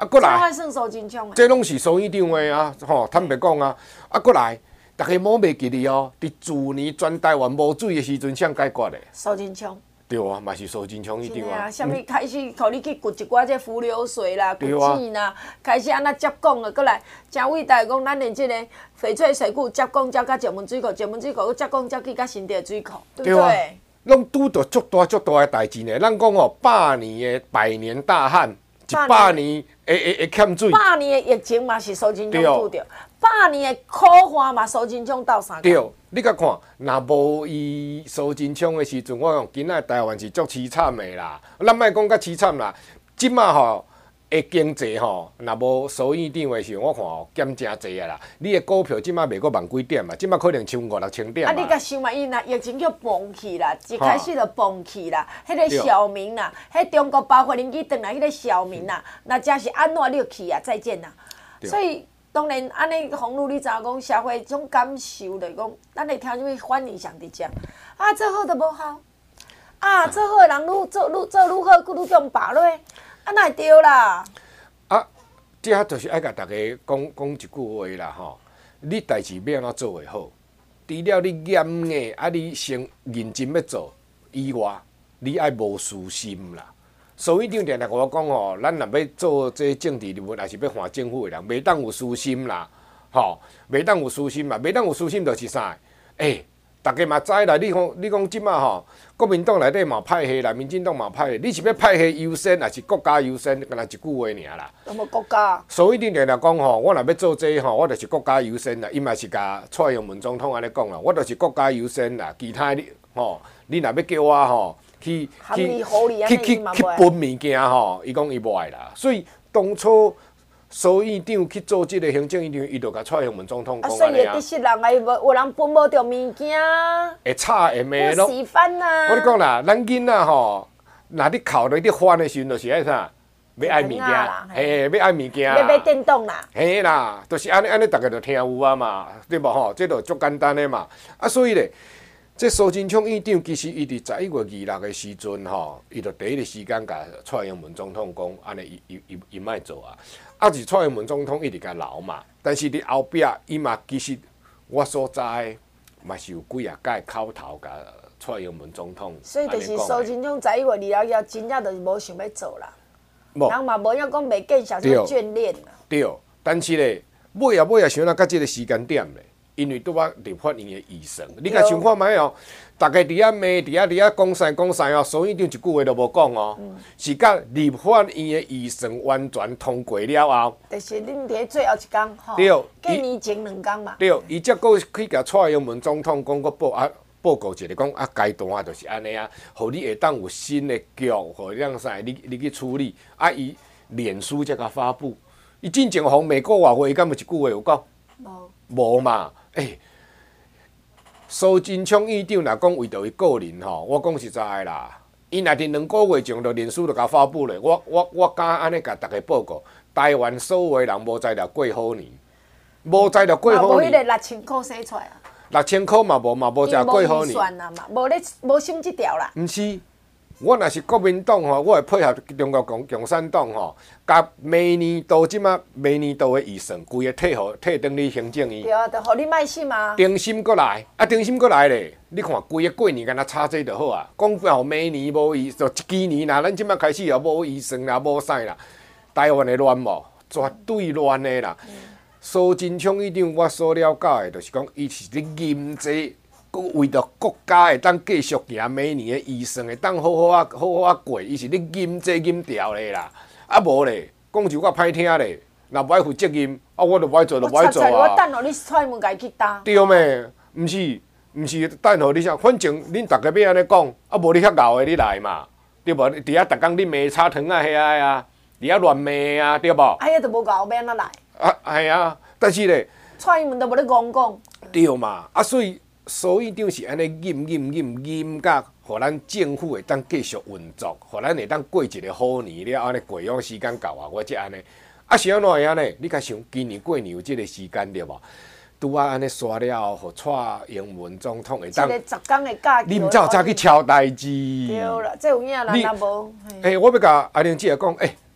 Speaker 4: 啊，过来，
Speaker 8: 算算苏贞昌的。
Speaker 4: 这拢是苏院长的啊，吼，坦白讲啊，啊，过来，大家摸袂记哩哦，伫去年全台湾无水的时阵，谁解决的？
Speaker 8: 苏贞昌。
Speaker 4: 对啊，嘛是苏贞昌院长啊。
Speaker 8: 啥物开始，互你去掘一寡这浮流水啦、掘
Speaker 4: 啊
Speaker 8: 井啦，开始安那接管啊，过来真伟大讲，咱连这个翡翠水库接管接到石门水库，石门水库接管接去到新店水库，对不对？
Speaker 4: 拢拄到足大足大的代志呢。咱讲哦，百年的百年大旱，一百年会会会欠水。
Speaker 8: 百年的疫情嘛是苏贞昌拄着，百年的苦旱嘛苏贞昌斗相共。
Speaker 4: 对，你甲看，若无伊苏贞昌的时阵，我讲今仔台湾是足凄惨的啦。咱莫讲较凄惨啦，即马吼的经济吼，若无苏院长的时候，我看吼减真济啊啦。你的股票即马袂过万几点嘛，即马可能冲五六千点嘛。
Speaker 8: 啊，你甲想嘛，伊若疫情叫崩去啦，一开始就崩去啦。迄个小民啦，迄中国包发人机转来，迄个小民啦，那真是安怎你就去啊？再见啦。所以当然，安尼红路你知影讲社会种感受就是讲，咱会听什么反应上伫遮啊，做好都无效，啊，做好的人愈做愈做愈好，佫愈强拔落，啊，哪会对啦？
Speaker 4: 啊，这就是爱甲大家讲讲一句话啦吼，你代志要安怎做会好？除了你严硬，啊，你先认真要做以外，你爱无私心啦。苏院长定定甲我讲吼，咱若要做这政治人物，也是要换政府的人，袂当有私心啦，吼，袂当有私心嘛，袂当有私心就是啥？诶、欸，大家嘛知啦，你讲你讲即马吼，国民党内底嘛派系啦，民进党嘛派系，你是要派系优先，还是国家优先？干那一句话尔啦。
Speaker 8: 有无国家？
Speaker 4: 苏院长定定讲吼，我若要做这吼，我就是国家优先啦。伊嘛是甲蔡英文总统安尼讲啦，我就是国家优先啦，其他你吼，你若要叫我吼。去去去去去分物件吼，伊讲伊无爱啦，所以当初苏院长去做即个行政院长，伊就甲蔡英文总统讲安尼啊。
Speaker 8: 所以会得失人啊，无有人分无着物件，
Speaker 4: 会吵会骂咯。
Speaker 8: 示范啊！
Speaker 4: 我你讲啦，咱囡仔吼，若你哭咧，你翻的时阵，就是爱啥？要爱物件，嘿，要爱物件。
Speaker 8: 要买电动啦。
Speaker 4: 嘿啦，就是安尼安尼，大家就听有啊嘛，对无吼？这就足简单的嘛。啊，所以咧。这苏贞昌院长其实伊伫十一月二六的时阵吼，伊就第一个时间甲蔡英文总统讲，安尼伊伊伊伊莫做啊。啊是蔡英文总统一直甲留嘛，但是伫后壁伊嘛其实我所知嘛是有几啊届口头甲蔡英文总统。
Speaker 8: 所以就是苏贞昌十一月二六了，真正就是无想要做啦。人嘛无影讲袂见小什么眷恋啦。
Speaker 4: 对，但是咧，尾啊尾啊想到到即个时间点咧。因为拄仔立法院的议程，你甲想看卖哦，大家伫遐骂，伫遐伫遐讲啥讲啥哦，苏院长一句话都无讲哦，嗯、是甲立法院的议程完全通过了后，
Speaker 8: 就是恁伫最后一天吼，
Speaker 4: 对，
Speaker 8: 过年前两天嘛，
Speaker 4: 对，伊则佫去甲蔡英文总统讲，佫报啊报告一下，讲啊阶段啊就是安尼啊，互你会当有新的局，互让啥你你去处理，啊伊脸书则甲发布，伊进前互美国外汇，伊敢有一句话有讲？无，无嘛。诶、欸，苏贞昌院长若讲为着伊个人吼，我讲实在的啦，伊若伫两个月前就脸书就甲发布咧，我我我敢安尼甲大家报告，台湾所有的人无在了过好年，无在了过好年。
Speaker 8: 无迄个六千箍洗出来啊。
Speaker 4: 六千箍嘛无嘛无在过好年。
Speaker 8: 无预算啊嘛，无咧无审即条啦。
Speaker 4: 毋是。我若是国民党吼，我会配合中国共共产党吼，甲明年度即马明年度的预算，规个退互退转去行政院。
Speaker 8: 对啊，就互你卖心啊。
Speaker 4: 定心过来，啊定心过来咧，你看规个过年敢若差这就好啊。讲后明年无预，就一支年啦，咱即马开始又无预算啦，无啥啦，台湾会乱无？绝对乱的啦。嗯、苏贞昌院长我所了解的，就是讲伊是咧严济。佮为着国家会当继续行明年的预算会当好好啊好好啊过，伊是咧nghiêm这nghiêm条咧啦，啊无咧，讲句我歹听咧，若无爱负责任，啊我就无爱做就无爱做啊。
Speaker 8: 我等互你蔡门家去担。
Speaker 4: 对咩？毋是毋是等互你啥？反正恁大家要安尼讲，啊无你遐敖的你来嘛，对无？伫遐逐工你骂炒糖啊遐啊，伫遐乱骂啊，对无？啊
Speaker 8: 遐都无敖，要安怎来？
Speaker 4: 啊系啊，但是咧，
Speaker 8: 蔡门都无咧讲讲。
Speaker 4: 对嘛？啊所以。苏院长是安尼nghiêm nghiêm nghiêm nghiêm甲，互咱政府会当继续运作，互咱会当过一个好年了，安尼过用时间到啊，我则安尼。啊是安怎样呢？你甲想今年过年有即个时间对无？拄啊安尼刷了，互蔡英文总统会当。
Speaker 8: 一个十天的假期。
Speaker 4: 你毋才有早去敲代志。
Speaker 8: 对啦，这有影啦，若无。
Speaker 4: 诶，我要甲阿玲姐讲，诶，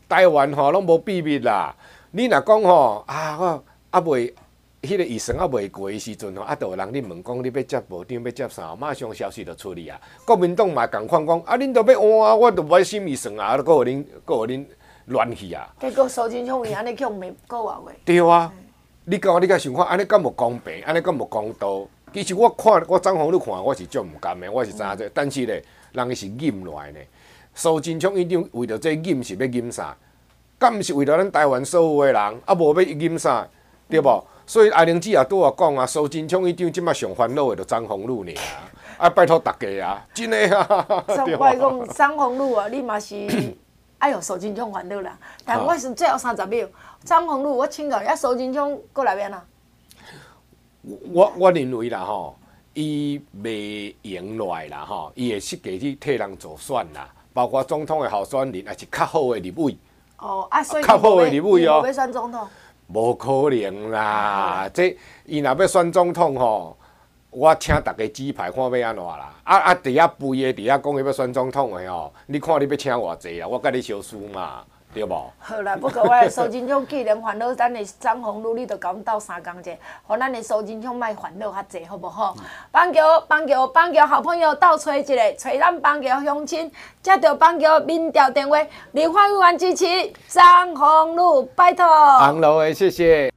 Speaker 4: 台湾吼拢无秘密啦。你若讲吼啊，我啊未。迄个医生啊未过的时阵吼，啊，就有人恁问讲你要接部长要接啥，马上消息就出去啊。国民党嘛共款讲，啊，恁都要换啊，我都无心医生啊，搁互恁搁互恁乱去啊。
Speaker 8: 结果苏贞昌伊安尼去没过话话。
Speaker 4: 对啊，你讲你甲想看，安尼敢无公平，安尼敢无公道？其实我看我张宏宇看我是足毋甘的，我是知影这，但是咧，人是忍落来呢。苏贞昌院长为着这忍是要忍啥？敢毋是为了咱台湾所有的人，啊无要忍啥，对无？所以阿玲姐也拄我讲啊，苏贞昌院长即马上烦恼的就张宏宇尔啊，啊拜托大家啊，真的啊，对
Speaker 8: 我讲张宏宇啊，你嘛是哎呦苏贞昌烦恼啦，但我是最后三十秒，张宏宇我请教你，啊苏贞昌过来边啊？
Speaker 4: 我我认为啦吼，伊袂赢落来啦吼，伊会设计去替人做选啦，包括总统的候选人，也是较好的立委。
Speaker 8: 哦，啊所以
Speaker 4: 较好的立委哦，
Speaker 8: 要选总统。
Speaker 4: 无可能啦！这伊若要选总统吼，我请大家指牌看要安怎啦。啊啊，伫遐肥的，伫遐讲伊要选总统的吼，你看你要请偌济啊？我甲你相输嘛，对无？
Speaker 8: 好啦，不过我的苏贞昌既然烦恼，咱的张宏宇你就甲阮斗相共者，互咱的苏贞昌莫烦恼较济，好不好？邦桥邦桥邦桥好朋友斗找一个，找咱邦桥乡亲，接到邦桥民调电话，立法委员支持张宏宇，拜托。
Speaker 4: 红楼的，谢谢。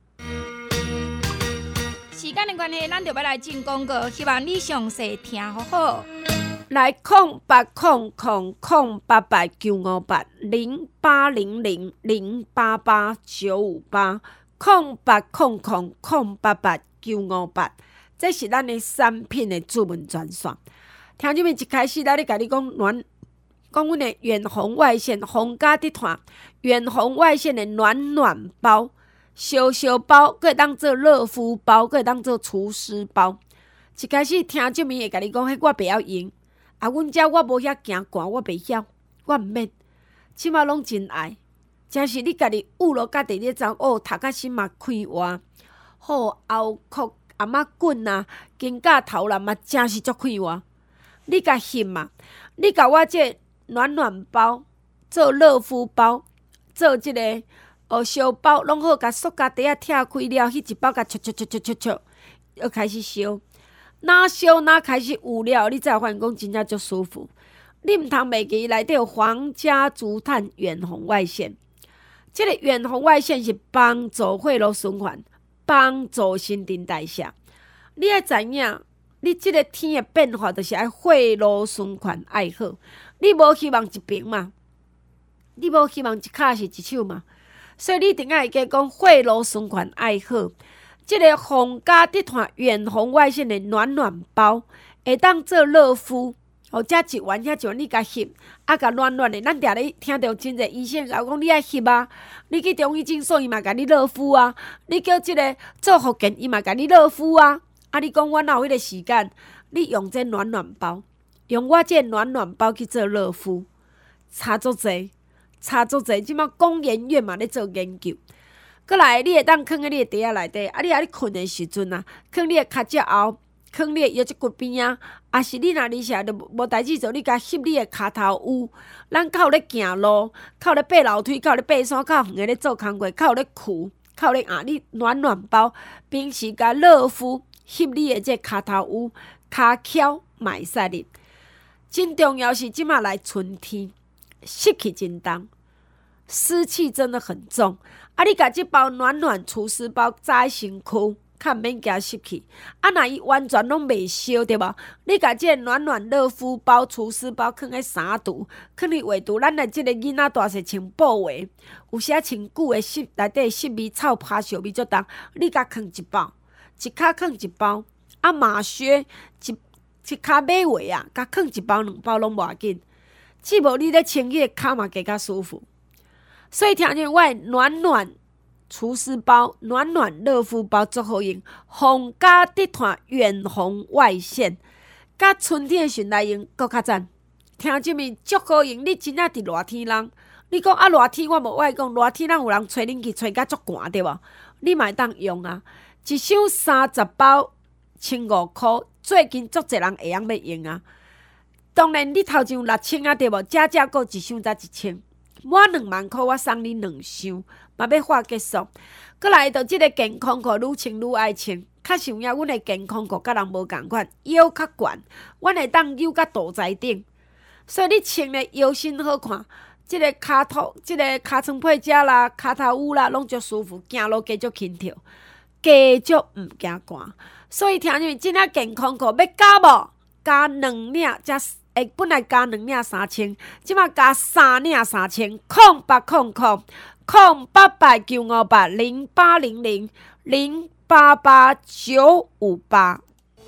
Speaker 5: 时间的关系，咱就要来进广告，希望你详细听好好。
Speaker 3: 来空八空空空八八九五八零八零零零八八九五八空八空空空八八九五八，这是咱的产品的主文专线。听这边一开始，咱咧甲你讲暖，讲阮的远红外线红家滴团，远红外线的暖暖包、小小包，可以当做热敷包，可以当做除湿包。一开始听这边会甲你讲，迄我袂晓用。啊，阮遮我无遐行寒，我袂晓，我毋免，即马拢真爱。真是你家己捂落家己咧知哦，头壳心嘛开活，好后壳阿妈滚啊，肩胛头啦嘛真是足开活。你甲翕嘛，你甲我这暖暖包做热敷包，做即、這个哦烧包，拢好甲塑胶袋啊拆开了，迄一包甲戳戳戳戳戳戳，要开始烧。哪烧哪开始有了，你才发现讲真正足舒服。你毋通袂记内底有皇家竹炭远红外线，即、這个远红外线是帮助血路循环，帮助新陈代谢。你爱知影，你即个天的变化，就是爱血路循环爱好。你无希望一边嘛，你无希望一骹是一手嘛，所以你一定要会记讲血路循环爱好。即个皇家集团远红外线的暖暖包，会当做热敷，或者一丸遐一丸你甲翕，啊甲暖暖的。咱定咧听到真侪医生甲讲你爱翕啊，你去中医诊所伊嘛甲你热敷啊，你叫即个做福建伊嘛甲你热敷啊。啊，你讲我哪有迄个时间？你用这暖暖包，用我这暖暖包去做热敷，差足济，差足济。即马工研院嘛咧做研究。过来，你会当放在你的地仔内底，啊，你啊，你困的时阵啊，放你的脚趾后，放你的腰脊骨边啊，啊是你若离下就无代志做，你甲翕你的骹头有，咱较有咧行路，较有咧爬楼梯，较有咧爬山，较远的咧做工课，较有咧跍，较有咧啊，你暖暖包，平时甲热敷，翕你的这骹头有，骹翘嘛会使哩。真重要是即马来春天，湿气真重。湿气真的很重，啊！你甲即包暖暖除湿包扎在身躯，较毋免惊湿气。啊，若伊完全拢袂烧，对无？你甲即个暖暖热敷包、除湿包放喺衫櫥，放伫画櫥，咱的即个囡仔大细穿布鞋，有时啊穿久的湿内底湿味、臭拍烧味足重，你甲放一包，一骹放一包，啊马靴一一骹买鞋啊，甲放一包两包拢无要紧，只无你咧穿迄个骹嘛加较舒服。所以听见我的暖暖除湿包、暖暖热敷包足好用，皇家集团远红外线，甲春天的时来用搁较赞。听这面足好用，你真正伫热天人，你讲啊热天我无爱讲，热天人有人吹冷气吹甲足寒对无？你嘛会当用啊，一箱三十包千五箍，最近足侪人会晓要用啊。当然你头前有六千啊对无？加加搁一箱才一千。 满两万块，我送你两箱，嘛要发结束。过来就即个健康裤，愈穿愈爱穿。较想要阮的健康裤，甲人无共款，腰较悬，阮会当扭到肚脐顶，所以你穿的腰身好看。即个骹头，即个尻川配遮啦，骹头趺啦，拢足舒服，行路加足轻佻，加足毋惊寒。所以听入即领健康裤要加无？加两领，才会本来加两领三千，即马加三领三千，空八空空空八八九五八零八零零零八八九五八。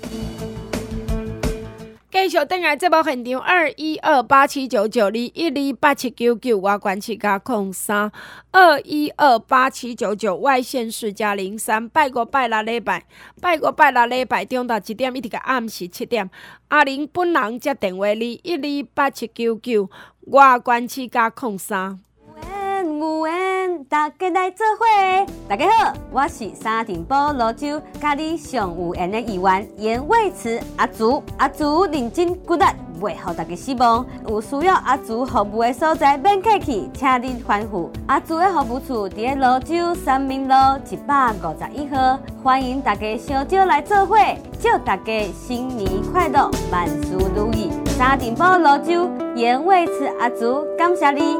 Speaker 3: 继续登来节目现场，二一二八七九九二一二八七九九外关七加空三，二一二八七九九外线四加零三，拜五拜六礼拜，拜五拜六礼拜中昼一点一直到暗时七点，阿玲本人接电话二一二八七九九外关七加空三。
Speaker 9: 有缘，大家来做伙。大家好，我是沙田堡泸州甲你上有缘的议员严伟慈阿竹。阿竹认真骨力，袂互大家失望。有需要阿竹服务的所在，免客气，请您吩咐。阿竹的服务处伫咧泸州三民路一百五十一号，欢迎大家相招来做伙，祝大家新年快乐，万事如意。沙田堡泸州严伟慈阿竹，感谢你。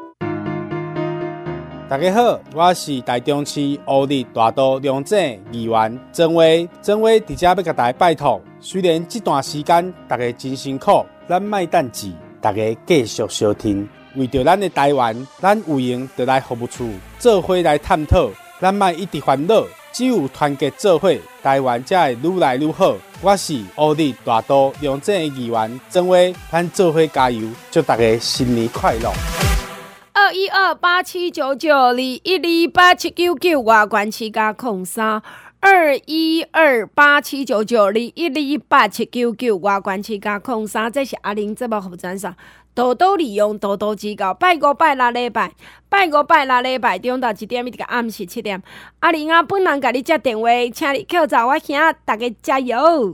Speaker 10: 大家好，我是台中市乌日大道龙井议员曾伟。曾伟伫遮要甲大家拜托，虽然这段时间大家真辛苦，咱莫等志，大家继续收听。为着咱的台湾，咱有闲就来服务处做伙来探讨，咱莫一直烦恼，只有团结做伙，台湾才会愈来愈好。我是乌日大道龙井议员曾伟，咱做伙加油，祝大家新年快乐！
Speaker 3: 二一二八七九九二一二八七九九外关七加空三，二一二八七九九二一二八七九九外关七加空三，这是阿玲节目服务专线，多多利用，多多指教。拜五拜六礼拜，拜五拜六礼拜中到一点一直到暗时七点，阿玲啊本人甲你接电话，请你扣走我兄，大家加油！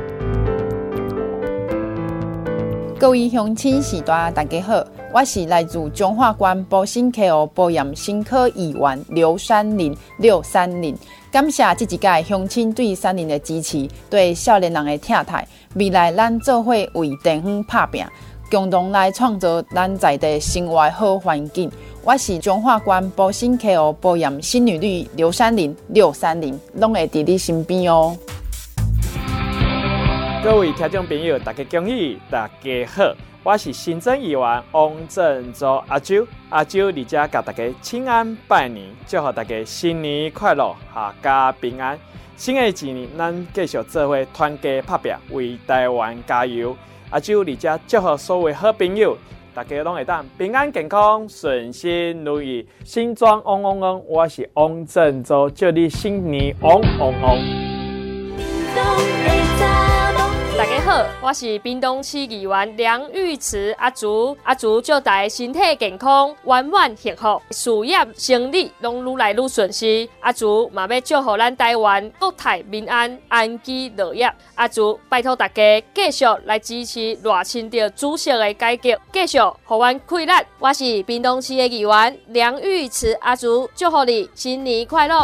Speaker 11: 各位乡亲时代，大家好，我是来自彰化县保新科学保养新科议员刘山林刘山林，感谢这一届乡亲对山林的支持，对少年人的疼爱。未来咱做伙为地方打拼，共同来创造咱在地生活好环境。我是彰化县保新科学保养新女女刘山林刘山林，拢会伫你身边哦。
Speaker 12: 各位听众朋友，大家恭喜，大家好，我是新增议员王振洲阿周，阿周伫遮甲大家请安拜年，祝福大家新年快乐，阖家平安。新的一年，咱继续做伙团结拍拼，为台湾加油。阿周伫遮祝福所有好朋友，大家拢会当平安健康、顺心如意，新装旺旺旺。我是王振洲，祝你新年旺旺旺。
Speaker 13: 大家好，我是屏东市议员梁玉慈阿竹，阿竹祝大家身体健康、圆满幸福，事业生意拢愈来愈顺遂。阿竹嘛要祝福咱台湾国泰民安、安居乐业。阿竹拜托大家继续来支持热清着主席的改革，继续互阮快乐。我是屏东市的议员梁玉慈阿竹，祝福你新年快乐。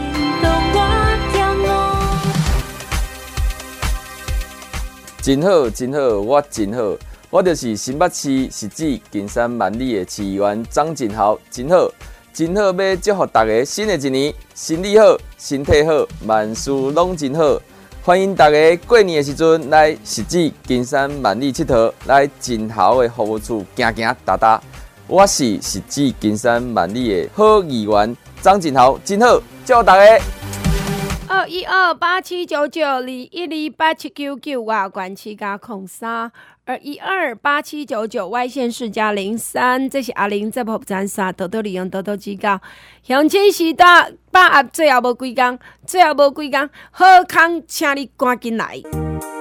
Speaker 14: 真好，真好，我真好，我就是新北市实质金山万里的市议员张振豪，真好，真好，要祝福大家新的一年身体好，身体好，万事拢真好。欢迎大家过年的时阵来实质金山万里佚佗，来振豪的服务处行行踏踏。我是实质金山万里的好议员张振豪，真好，祝福大家。
Speaker 3: 二一二八七九九二一二八七九九外关七加空三，二一二八七九九外线四加零三，这是阿玲节目专线，多多利用，多多指教。乡亲时代把握最后无几工，最后无几工，好康，请你赶紧来。